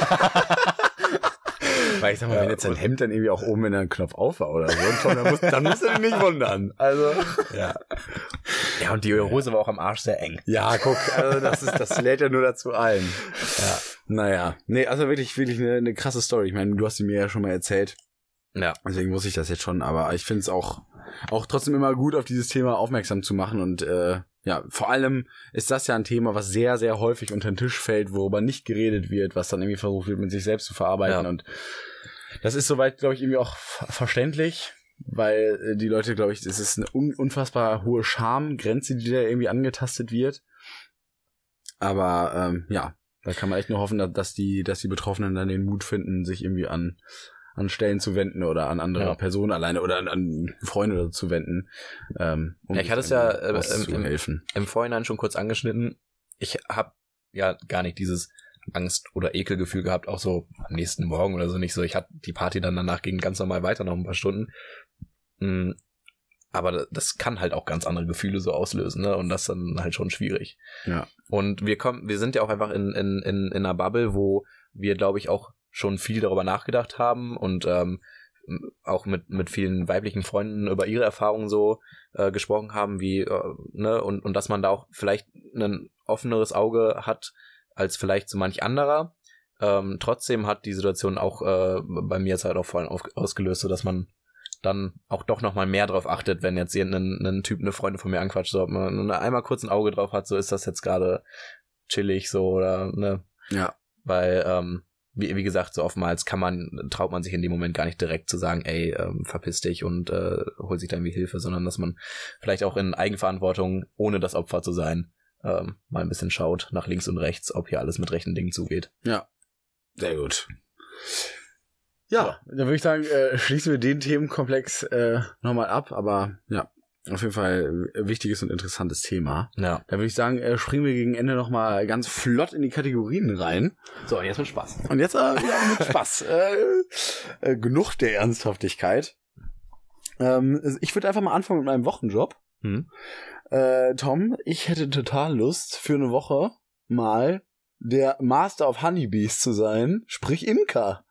Speaker 2: Weil ich sag mal,
Speaker 1: Ja,
Speaker 2: wenn jetzt dein
Speaker 1: und-
Speaker 2: Hemd dann irgendwie auch oben in einem Knopf auf war oder so, Tom, dann musst, dann musst du dich nicht wundern. Also,
Speaker 1: Ja. Ja, und die Hose war auch am Arsch sehr eng.
Speaker 2: ja, guck, also das ist, das lädt ja nur dazu ein. Ja. Naja. Nee, also wirklich, wirklich eine, eine krasse Story. Ich meine, du hast sie mir ja schon mal erzählt.
Speaker 1: Ja.
Speaker 2: Deswegen wusste ich das jetzt schon, aber ich finde es auch, auch trotzdem immer gut, auf dieses Thema aufmerksam zu machen und äh, ja, vor allem ist das ja ein Thema, was sehr, sehr häufig unter den Tisch fällt, worüber nicht geredet wird, was dann irgendwie versucht wird, mit sich selbst zu verarbeiten. Ja. Und das ist soweit, glaube ich, irgendwie auch verständlich, weil die Leute, glaube ich, es ist eine un- unfassbar hohe Schamgrenze, die da irgendwie angetastet wird. Aber ähm, ja, da kann man echt nur hoffen, dass die, dass die Betroffenen dann den Mut finden, sich irgendwie an an Stellen zu wenden oder an andere ja. Personen alleine oder an, an Freunde zu wenden. Ähm, um
Speaker 1: ja, ich hatte es ja äh,
Speaker 2: zu
Speaker 1: im,
Speaker 2: helfen.
Speaker 1: im Vorhinein schon kurz angeschnitten. Ich habe ja gar nicht dieses Angst- oder Ekelgefühl gehabt, auch so am nächsten Morgen oder so nicht so. Ich hatte die Party dann danach ging ganz normal weiter, noch ein paar Stunden. Mhm. Aber das kann halt auch ganz andere Gefühle so auslösen, ne? Und das ist dann halt schon schwierig.
Speaker 2: Ja.
Speaker 1: Und wir kommen, wir sind ja auch einfach in, in, in, in einer Bubble, wo wir, glaube ich, auch schon viel darüber nachgedacht haben und ähm, auch mit mit vielen weiblichen Freunden über ihre Erfahrungen so äh, gesprochen haben, wie äh, ne und und dass man da auch vielleicht ein offeneres Auge hat als vielleicht so manch anderer. Ähm, trotzdem hat die Situation auch äh, bei mir jetzt halt auch vor allem auf, ausgelöst, so dass man dann auch doch nochmal mehr drauf achtet, wenn jetzt ein, ein Typ eine Freundin von mir anquatscht, so ob man einmal kurz ein Auge drauf hat, so ist das jetzt gerade chillig so oder ne.
Speaker 2: Ja.
Speaker 1: Weil ähm, Wie, wie gesagt, so oftmals kann man, traut man sich in dem Moment gar nicht direkt zu sagen, ey, ähm, verpiss dich und äh, hol sich da irgendwie Hilfe, sondern dass man vielleicht auch in Eigenverantwortung, ohne das Opfer zu sein, ähm, mal ein bisschen schaut nach links und rechts, ob hier alles mit rechten Dingen zugeht.
Speaker 2: Ja, sehr gut. Ja, ja. Dann würde ich sagen, äh, schließen wir den Themenkomplex äh, nochmal ab, aber ja, auf jeden Fall ein wichtiges und interessantes Thema.
Speaker 1: Ja.
Speaker 2: Da würde ich sagen, äh, springen wir gegen Ende nochmal ganz flott in die Kategorien rein.
Speaker 1: So, jetzt mit Spaß.
Speaker 2: Und jetzt äh, ja, mit Spaß. äh, äh, genug der Ernsthaftigkeit. Ähm, ich würde einfach mal anfangen mit meinem Wochenjob.
Speaker 1: Hm.
Speaker 2: Äh, Tom, ich hätte total Lust, für eine Woche mal der Master of Honeybees zu sein, sprich Imker.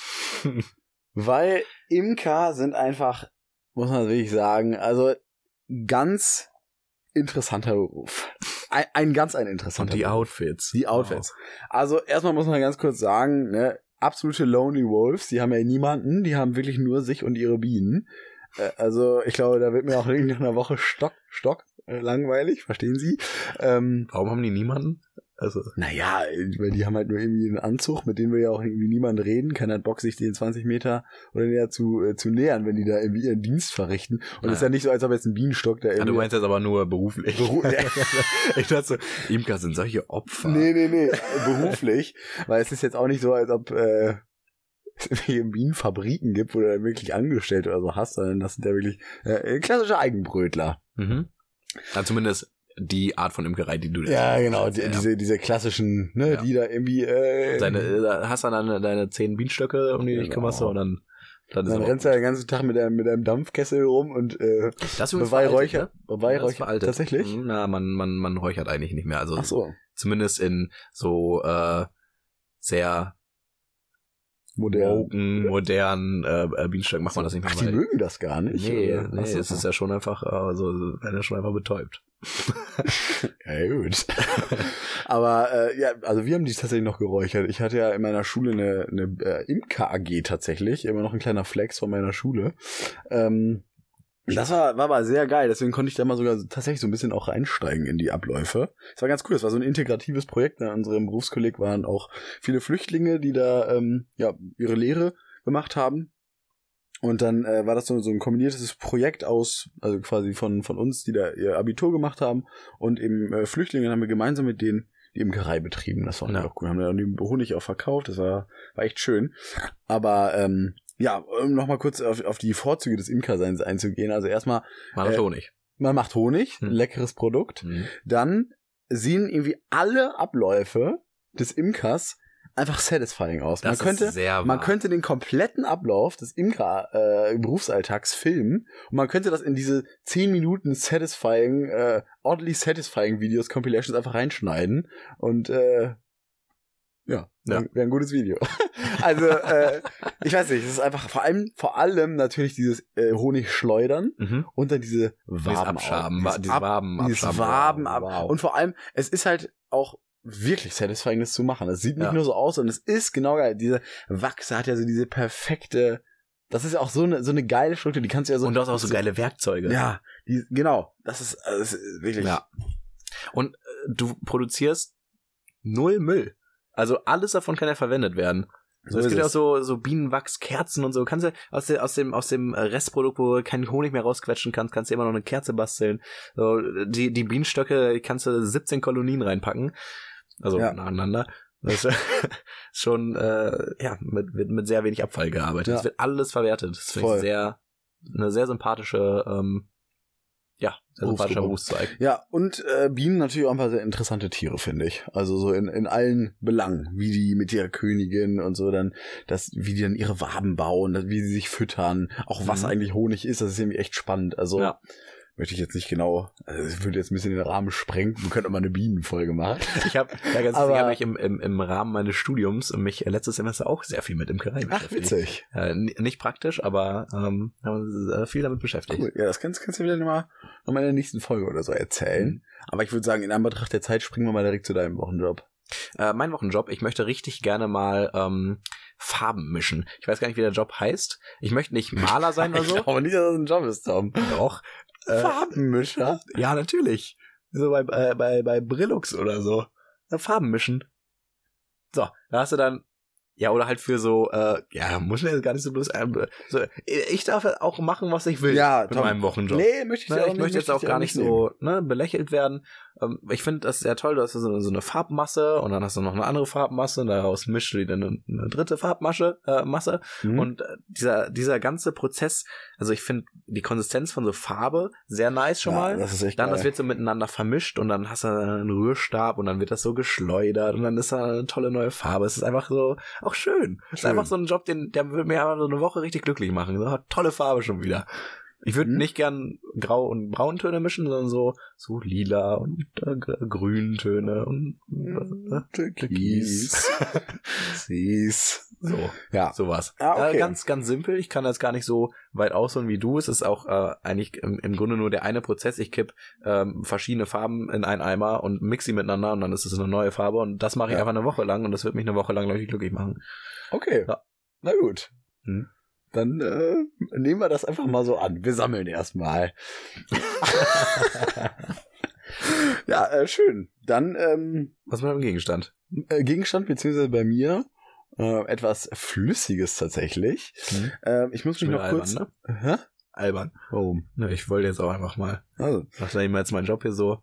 Speaker 2: Weil Imker sind einfach, muss man wirklich sagen, also ganz interessanter Beruf. Ein, ein ganz ein interessanter
Speaker 1: Und die
Speaker 2: Beruf.
Speaker 1: Outfits.
Speaker 2: Die Outfits. Oh. Also erstmal muss man ganz kurz sagen, ne, absolute Lonely Wolves, die haben ja niemanden, die haben wirklich nur sich und ihre Bienen. Äh, also ich glaube, da wird mir auch irgendwie nach einer Woche stock, stock äh, langweilig, verstehen Sie? Ähm,
Speaker 1: Warum haben die niemanden? Also.
Speaker 2: Naja, weil die haben halt nur irgendwie einen Anzug, mit dem will ja auch irgendwie niemand reden. Keiner hat Bock, sich den zwanzig Meter oder näher zu, äh, zu nähern, wenn die da irgendwie ihren Dienst verrichten. Und es naja. ist ja nicht so, als ob jetzt ein Bienenstock da irgendwie...
Speaker 1: Ja, du meinst jetzt aber nur beruflich.
Speaker 2: Beru-
Speaker 1: ich dachte so, Imker sind solche Opfer.
Speaker 2: Nee, nee, nee, beruflich. Weil es ist jetzt auch nicht so, als ob äh, es Bienenfabriken gibt, wo du da wirklich Angestellte oder so hast, sondern das sind ja wirklich äh, klassische Eigenbrötler.
Speaker 1: Mhm. Ja, zumindest die Art von Imkerei, die du
Speaker 2: ja genau die, ja. diese diese klassischen ne ja. die da irgendwie äh,
Speaker 1: deine da hast du dann deine, deine zehn Bienenstöcke, um die du dich kümmerst, und dann dann,
Speaker 2: dann rennst du den ganzen Tag mit deinem mit deinem Dampfkessel rum und äh,
Speaker 1: das
Speaker 2: Beweihräuchert Beweihräuchert tatsächlich.
Speaker 1: Na, man man man räuchert eigentlich nicht mehr, also
Speaker 2: ach so.
Speaker 1: Zumindest in so äh, sehr
Speaker 2: modern,
Speaker 1: modernen äh, Bienenstöcken macht man das nicht mehr.
Speaker 2: Ach, die mögen das gar nicht?
Speaker 1: Nee, oder? nee, es ist ja schon einfach, also werden ja schon einfach betäubt.
Speaker 2: Ja, gut. Aber äh, ja, also wir haben die tatsächlich noch geräuchert. Ich hatte ja in meiner Schule eine, eine äh, Imker-A G tatsächlich, immer noch ein kleiner Flex von meiner Schule. Ähm, das war, war aber sehr geil, deswegen konnte ich da mal sogar tatsächlich so ein bisschen auch reinsteigen in die Abläufe. Das war ganz cool, das war so ein integratives Projekt. In unserem Berufskolleg waren auch viele Flüchtlinge, die da ähm, ja ihre Lehre gemacht haben. Und dann äh, war das so, so ein kombiniertes Projekt aus, also quasi von von uns, die da ihr Abitur gemacht haben, und eben äh, Flüchtlinge, haben wir gemeinsam mit denen die Imkerei betrieben. Das war ja auch cool. Haben wir dann den Honig auch verkauft, das war war echt schön. Aber ähm, ja, um nochmal kurz auf, auf die Vorzüge des Imkerseins einzugehen. Also erstmal
Speaker 1: man macht äh, Honig.
Speaker 2: Man macht Honig, hm. ein leckeres Produkt. Hm. Dann sehen irgendwie alle Abläufe des Imkers einfach satisfying aus.
Speaker 1: Das
Speaker 2: man könnte,
Speaker 1: ist sehr wahr.
Speaker 2: Man könnte den kompletten Ablauf des Imker-Berufsalltags äh, filmen und man könnte das in diese zehn Minuten satisfying, äh, oddly satisfying Videos, Compilations einfach reinschneiden und äh, ja, ja. wäre ein gutes Video. Also, äh, ich weiß nicht, es ist einfach vor allem, vor allem natürlich dieses äh, Honig schleudern
Speaker 1: mhm.
Speaker 2: und dann diese Waben
Speaker 1: abschaben,
Speaker 2: dieses
Speaker 1: diese Waben
Speaker 2: ab, dieses Waben ab. Wow. Und vor allem, es ist halt auch wirklich satisfying, das zu machen. Es sieht nicht ja. nur so aus, und es ist genau geil. Diese Wachse hat ja so diese perfekte, das ist ja auch so eine so eine geile Struktur, die kannst du ja so.
Speaker 1: Und du hast auch so geile Werkzeuge.
Speaker 2: Ja, die, genau. Das ist, das ist wirklich.
Speaker 1: Ja. Und äh, du produzierst null Müll. Also alles davon kann ja verwendet werden. So, es gibt ja auch so, so Bienenwachs, Kerzen und so. Kannst du aus, der, aus dem, aus dem Restprodukt, wo du keinen Honig mehr rausquetschen kannst, kannst du immer noch eine Kerze basteln. So, die, die Bienenstöcke kannst du siebzehn Kolonien reinpacken. Also ja. nacheinander. Das ist schon, äh, ja, mit, mit, mit sehr wenig Abfall gearbeitet. Es ja. wird alles verwertet. Das finde ich sehr, eine sehr sympathische, ähm, ja, sehr sympathischer Berufszweig.
Speaker 2: Ja, und äh, Bienen natürlich auch ein paar sehr interessante Tiere, finde ich. Also so in, in allen Belangen, wie die mit ihrer Königin und so dann, das, wie die dann ihre Waben bauen, das, wie sie sich füttern, auch was mhm. eigentlich Honig ist, das ist irgendwie echt spannend. Also ja. möchte ich jetzt nicht genau, also es würde jetzt ein bisschen den Rahmen sprengen, wir können auch mal eine Bienenfolge machen.
Speaker 1: Ich habe ja ganz Aber, hab ich im, im, im Rahmen meines Studiums mich letztes Semester auch sehr viel mit Imkerei beschäftigt.
Speaker 2: Ach, witzig.
Speaker 1: Äh, n- nicht praktisch, aber ähm, haben uns viel damit beschäftigt.
Speaker 2: Cool. Ja, das kannst, kannst du wieder nochmal noch mal in der nächsten Folge oder so erzählen. Mhm. Aber ich würde sagen, in Anbetracht der Zeit springen wir mal direkt zu deinem Wochenjob.
Speaker 1: Äh, mein Wochenjob, ich möchte richtig gerne mal ähm, Farben mischen. Ich weiß gar nicht, wie der Job heißt. Ich möchte nicht Maler sein oder so.
Speaker 2: Ich glaube nicht, dass das ein Job ist, Tom.
Speaker 1: Doch.
Speaker 2: Farbenmischer?
Speaker 1: Äh, ja, natürlich. So bei, äh, bei, bei Brillux oder so. Ja, Farben mischen. So, da hast du dann, ja, oder halt für so, äh, ja, muss man jetzt gar nicht so bloß, äh, so, ich darf auch machen, was ich will
Speaker 2: ja,
Speaker 1: mit
Speaker 2: Tom,
Speaker 1: meinem Wochenjob.
Speaker 2: Nee, möchte ich
Speaker 1: ne,
Speaker 2: auch
Speaker 1: Ich
Speaker 2: nicht,
Speaker 1: möchte jetzt auch gar nicht so ne, belächelt werden. Ähm, ich finde das sehr toll, du hast so, so eine Farbmasse und dann hast du noch eine andere Farbmasse und daraus mischst du dann eine, eine dritte Farbmasse äh, Masse. Mhm. Und äh, dieser dieser ganze Prozess, also ich finde die Konsistenz von so Farbe sehr nice schon
Speaker 2: ja,
Speaker 1: mal.
Speaker 2: Das ist echt
Speaker 1: dann
Speaker 2: geil.
Speaker 1: das wird so miteinander vermischt und dann hast du einen Rührstab und dann wird das so geschleudert und dann ist da eine tolle neue Farbe. Es ist einfach so auch schön. Es ist einfach so ein Job, den der würde mir aber so eine Woche richtig glücklich machen. So, tolle Farbe schon wieder. Ich würde hm? nicht gern Grau- und Brauntöne mischen, sondern so so lila und äh, Grüntöne und äh,
Speaker 2: Türkis. Süß.
Speaker 1: So,
Speaker 2: ja.
Speaker 1: sowas.
Speaker 2: Ah, okay.
Speaker 1: äh, ganz, ganz simpel. Ich kann das gar nicht so weit ausholen wie du. Es ist auch äh, eigentlich im, im Grunde nur der eine Prozess. Ich kipp ähm, verschiedene Farben in einen Eimer und mix sie miteinander und dann ist es eine neue Farbe und das mache ich ja. einfach eine Woche lang und das wird mich eine Woche lang, glaube ich, glücklich machen.
Speaker 2: Okay. Ja. Na gut. Hm. Dann äh, nehmen wir das einfach mal so an. Wir sammeln erstmal. ja, äh, schön. Dann, ähm,
Speaker 1: was war dein Gegenstand?
Speaker 2: Äh, Gegenstand, beziehungsweise bei mir äh, etwas Flüssiges tatsächlich. Mhm. Äh, ich muss mich noch
Speaker 1: albern,
Speaker 2: kurz...
Speaker 1: Ne?
Speaker 2: Hä?
Speaker 1: Albern.
Speaker 2: Warum?
Speaker 1: Ne, ich wollte jetzt auch einfach mal.
Speaker 2: Also.
Speaker 1: Nachdem jetzt mein Job hier so...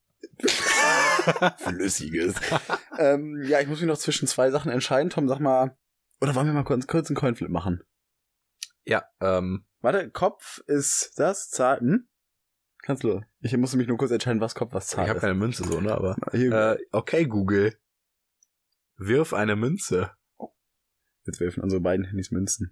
Speaker 2: Flüssiges. ähm, ja, ich muss mich noch zwischen zwei Sachen entscheiden. Tom, sag mal... Oder wollen wir mal kurz, kurz einen Coinflip machen?
Speaker 1: Ja, ähm.
Speaker 2: Warte, Kopf ist das, Zahl, hm? Kannst du. Ich musste mich nur kurz entscheiden, was Kopf, was Zahl
Speaker 1: Ich habe
Speaker 2: ist.
Speaker 1: keine Münze so, ne, aber.
Speaker 2: Hier,
Speaker 1: äh, okay, Google. Wirf eine Münze.
Speaker 2: Oh. Jetzt werfen unsere beiden Handys Münzen.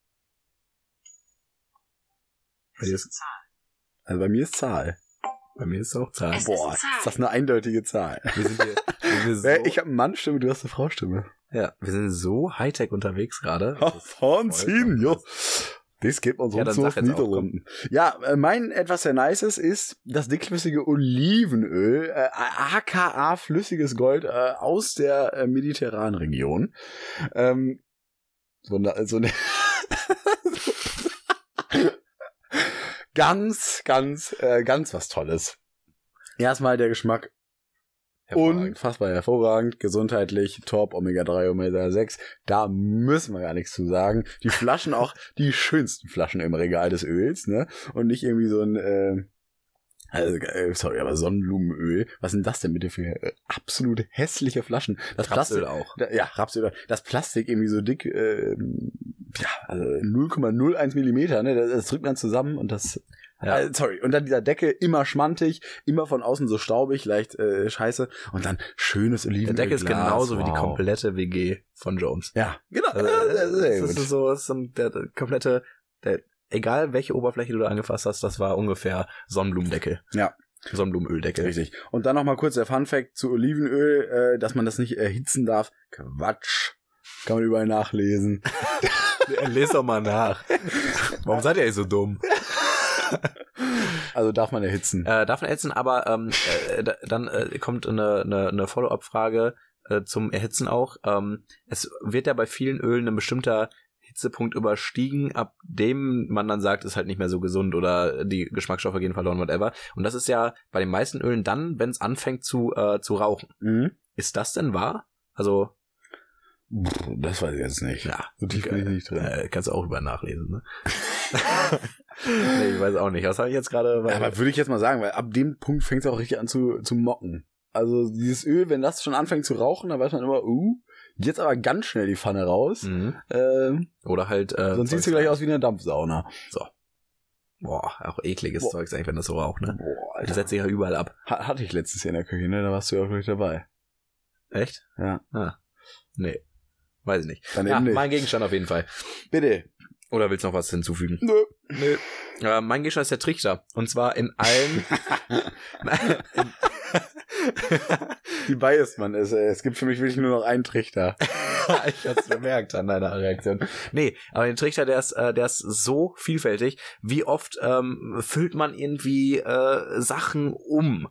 Speaker 1: Bei dir ist
Speaker 4: Zahl.
Speaker 2: Also bei mir ist Zahl.
Speaker 1: Bei mir ist es auch Zahl.
Speaker 4: Es
Speaker 2: Boah,
Speaker 4: ist, Zahl.
Speaker 2: ist das eine eindeutige Zahl.
Speaker 1: Wir sind hier, wir sind so,
Speaker 2: ich habe eine Mannstimme, du hast eine Fraustimme.
Speaker 1: Ja, wir sind so Hightech unterwegs gerade.
Speaker 2: Wahnsinn, jo. Das geht man sonst
Speaker 1: ja,
Speaker 2: nur auf Niederlanden. Ja, äh, mein etwas sehr Nices ist das dickflüssige Olivenöl, äh, aka flüssiges Gold äh, aus der äh, mediterranen Region. Ähm, so eine, so eine ganz, ganz, äh, ganz was Tolles. Erstmal der Geschmack. Unfassbar hervorragend, gesundheitlich, top, Omega drei, Omega sechs, da müssen wir gar nichts zu sagen. Die Flaschen auch, die schönsten Flaschen im Regal des Öls, ne? Und nicht irgendwie so ein, äh, also, äh, sorry, aber Sonnenblumenöl. Was sind das denn bitte für äh, absolut hässliche Flaschen? Das
Speaker 1: Rapsöl
Speaker 2: Plastik,
Speaker 1: auch.
Speaker 2: Da, ja, Rapsöl. Das Plastik irgendwie so dick, äh, ja, also null Komma null eins Millimeter, ne? Das, das drückt man zusammen und das... Ja. Äh, sorry, und dann dieser Deckel, immer schmantig, immer von außen so staubig, leicht äh, scheiße und dann schönes Olivenöl.
Speaker 1: Der Deckel ist genauso
Speaker 2: wow.
Speaker 1: wie die komplette W G von Jones.
Speaker 2: Ja, genau.
Speaker 1: Also,
Speaker 2: äh, sehr
Speaker 1: das
Speaker 2: gut.
Speaker 1: ist so, das ist so der, der komplette, der, egal welche Oberfläche du da angefasst hast, das war ungefähr Sonnenblumendeckel.
Speaker 2: Ja.
Speaker 1: Sonnenblumenöldeckel.
Speaker 2: Richtig. Und dann nochmal kurz der Funfact zu Olivenöl, äh, dass man das nicht erhitzen darf. Quatsch. Kann man überall nachlesen.
Speaker 1: Lest doch mal nach. Warum seid ihr eigentlich so dumm?
Speaker 2: Also darf man erhitzen.
Speaker 1: Äh, darf man erhitzen, aber ähm, äh, da, dann äh, kommt eine, eine, eine Follow-up-Frage äh, zum Erhitzen auch. Ähm, es wird ja bei vielen Ölen ein bestimmter Hitzepunkt überstiegen, ab dem man dann sagt, ist halt nicht mehr so gesund oder die Geschmacksstoffe gehen verloren, whatever. Und das ist ja bei den meisten Ölen dann, wenn es anfängt zu, äh, zu rauchen.
Speaker 2: Mhm.
Speaker 1: Ist das denn wahr? Also,
Speaker 2: Das weiß ich jetzt nicht.
Speaker 1: ja,
Speaker 2: So tief bin ich nicht drin.
Speaker 1: Äh, kannst du auch über nachlesen, ne? Nee, ich weiß auch nicht. Was habe ich jetzt gerade...
Speaker 2: Ja, aber würde ich jetzt mal sagen, weil ab dem Punkt fängt es auch richtig an zu, zu mocken. Also dieses Öl, wenn das schon anfängt zu rauchen, dann weiß man immer, uh, jetzt aber ganz schnell die Pfanne raus.
Speaker 1: Mhm.
Speaker 2: Ähm,
Speaker 1: Oder halt... Äh,
Speaker 2: sonst siehst du gleich aus wie eine Dampfsauna.
Speaker 1: So. Boah, auch ekliges
Speaker 2: Boah.
Speaker 1: Zeugs eigentlich, wenn das so raucht, ne?
Speaker 2: Boah,
Speaker 1: Das
Speaker 2: Alter.
Speaker 1: setzt sich ja überall ab.
Speaker 2: Ha- hatte ich letztens hier in der Küche, ne? Da warst du ja auch gleich dabei.
Speaker 1: Echt?
Speaker 2: Ja.
Speaker 1: Ah. Nee. Weiß ich nicht.
Speaker 2: Dann
Speaker 1: Ja,
Speaker 2: eben nicht.
Speaker 1: mein Gegenstand auf jeden Fall.
Speaker 2: Bitte.
Speaker 1: Oder willst du noch was hinzufügen?
Speaker 2: Nö.
Speaker 1: Nö. Äh, mein Gegenstand ist der Trichter. Und zwar in allen... in
Speaker 2: Wie biased man ist, ey. Es gibt für mich wirklich nur noch einen Trichter.
Speaker 1: ich hab's bemerkt an deiner Reaktion. Nee, aber den Trichter, der ist, äh, der ist so vielfältig. Wie oft ähm, füllt man irgendwie äh, Sachen um?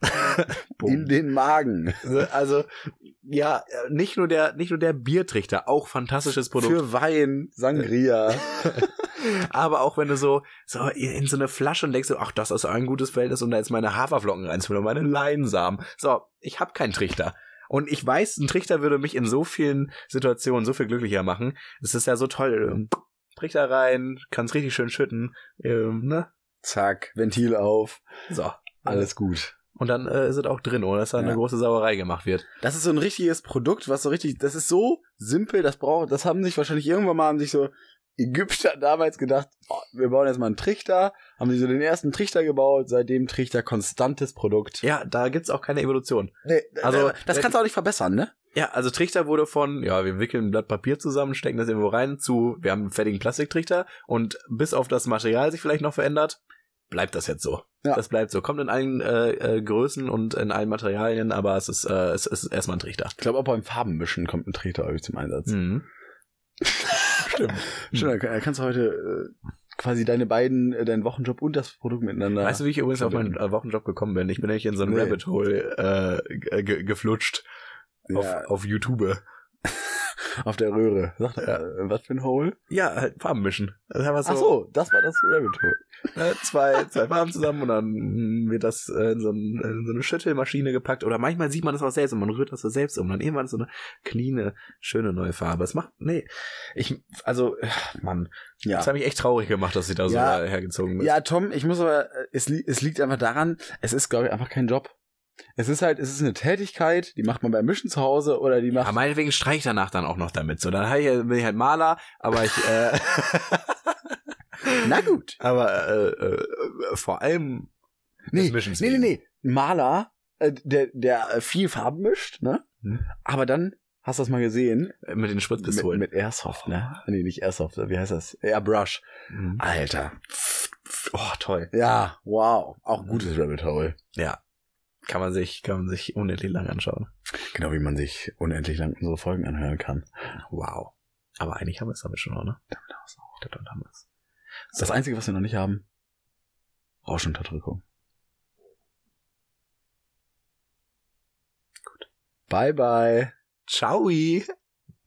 Speaker 2: In den Magen.
Speaker 1: Also, ja, nicht nur der, nicht nur der Biertrichter, auch fantastisches Produkt.
Speaker 2: Für Wein, Sangria.
Speaker 1: Aber auch wenn du so, so in so eine Flasche und denkst so, ach, das ist ein gutes Verhältnis und da jetzt meine Haferflocken reinzufüllen und meine Leinsamen. So, ich habe keinen Trichter. Und ich weiß, ein Trichter würde mich in so vielen Situationen so viel glücklicher machen. Es ist ja so toll. Ähm, Trichter rein, kannst richtig schön schütten. Ähm, ne?
Speaker 2: Zack, Ventil auf.
Speaker 1: So.
Speaker 2: Alles gut.
Speaker 1: Und dann äh, ist es auch drin, ohne dass da
Speaker 2: Ja.
Speaker 1: eine große Sauerei gemacht wird.
Speaker 2: Das ist so ein richtiges Produkt, was so richtig, das ist so simpel, das braucht, das haben sich wahrscheinlich irgendwann mal, haben sich so Ägypter damals gedacht, oh, wir bauen jetzt mal einen Trichter, haben sie so den ersten Trichter gebaut, seitdem Trichter konstantes Produkt.
Speaker 1: Ja, da gibt's auch keine Evolution.
Speaker 2: Nee,
Speaker 1: Also,
Speaker 2: also, das kannst du auch nicht verbessern, ne?
Speaker 1: Ja, also Trichter wurde von, ja, wir wickeln ein Blatt Papier zusammen, stecken das irgendwo rein, zu, wir haben einen fertigen Plastiktrichter und bis auf das Material sich vielleicht noch verändert, bleibt das jetzt so.
Speaker 2: Ja.
Speaker 1: Das bleibt so. Kommt in allen äh, äh, Größen und in allen Materialien, aber es ist, äh, es ist erstmal ein Trichter.
Speaker 2: Ich glaube, auch beim Farbenmischen kommt ein Trichter irgendwie zum Einsatz.
Speaker 1: Mhm. Stimmt.
Speaker 2: Stimmt, da kannst du heute äh, quasi deine beiden, äh, deinen Wochenjob und das Produkt miteinander.
Speaker 1: Weißt du, wie ich übrigens auf meinen äh, Wochenjob gekommen bin? Ich bin nämlich in so ein
Speaker 2: Nee.
Speaker 1: Rabbit Hole äh, ge- ge- geflutscht auf,
Speaker 2: Ja.
Speaker 1: auf YouTube.
Speaker 2: Auf der Röhre. Sag,
Speaker 1: Ja.
Speaker 2: äh, was für ein Hole?
Speaker 1: Ja, halt Farben mischen. Das haben wir so,
Speaker 2: Ach so, das war das Rabbit Hole.
Speaker 1: äh, zwei, zwei Farben zusammen und dann mm, wird das äh, in, so ein, in so eine Schüttelmaschine gepackt. Oder manchmal sieht man das auch selbst und man rührt das so selbst um. Dann irgendwann ist so eine clean, schöne neue Farbe. Es macht, nee, ich, also, äh, Mann,
Speaker 2: Ja.
Speaker 1: das hat mich echt traurig gemacht, dass sie da so
Speaker 2: Ja.
Speaker 1: hergezogen ist.
Speaker 2: Ja, Tom, ich muss aber, äh, es, li es liegt einfach daran, es ist, glaube ich, einfach kein Job. Es ist halt, es ist eine Tätigkeit, die macht man beim Mischen zu Hause oder die macht.
Speaker 1: Ja, meinetwegen streich ich danach dann auch noch damit. So, dann hab ich, bin ich halt Maler, aber ich, äh,
Speaker 2: Na gut.
Speaker 1: aber äh, äh, vor allem
Speaker 2: Nee,
Speaker 1: des Mischens
Speaker 2: nee, nee,
Speaker 1: wegen.
Speaker 2: nee. Ein Maler, äh, der, der äh, viel Farben mischt, ne?
Speaker 1: Hm.
Speaker 2: Aber dann, hast du das mal gesehen?
Speaker 1: Äh, mit den
Speaker 2: Mit,
Speaker 1: Spritzpistolen.
Speaker 2: mit Airsoft, ne? Nee, nicht Airsoft, wie heißt das? Airbrush.
Speaker 1: Mhm.
Speaker 2: Alter.
Speaker 1: Oh, toll.
Speaker 2: Ja, wow. Auch gutes Rabbit Hole.
Speaker 1: Ja. Kann man sich, kann man sich unendlich lang anschauen.
Speaker 2: Genau wie man sich unendlich lang unsere Folgen anhören kann.
Speaker 1: Wow. Aber eigentlich haben wir es damit schon, oder? Damit haben wir es.
Speaker 2: Das Einzige, was wir noch nicht haben, Rauschunterdrückung. Gut. Bye, bye.
Speaker 1: Ciao.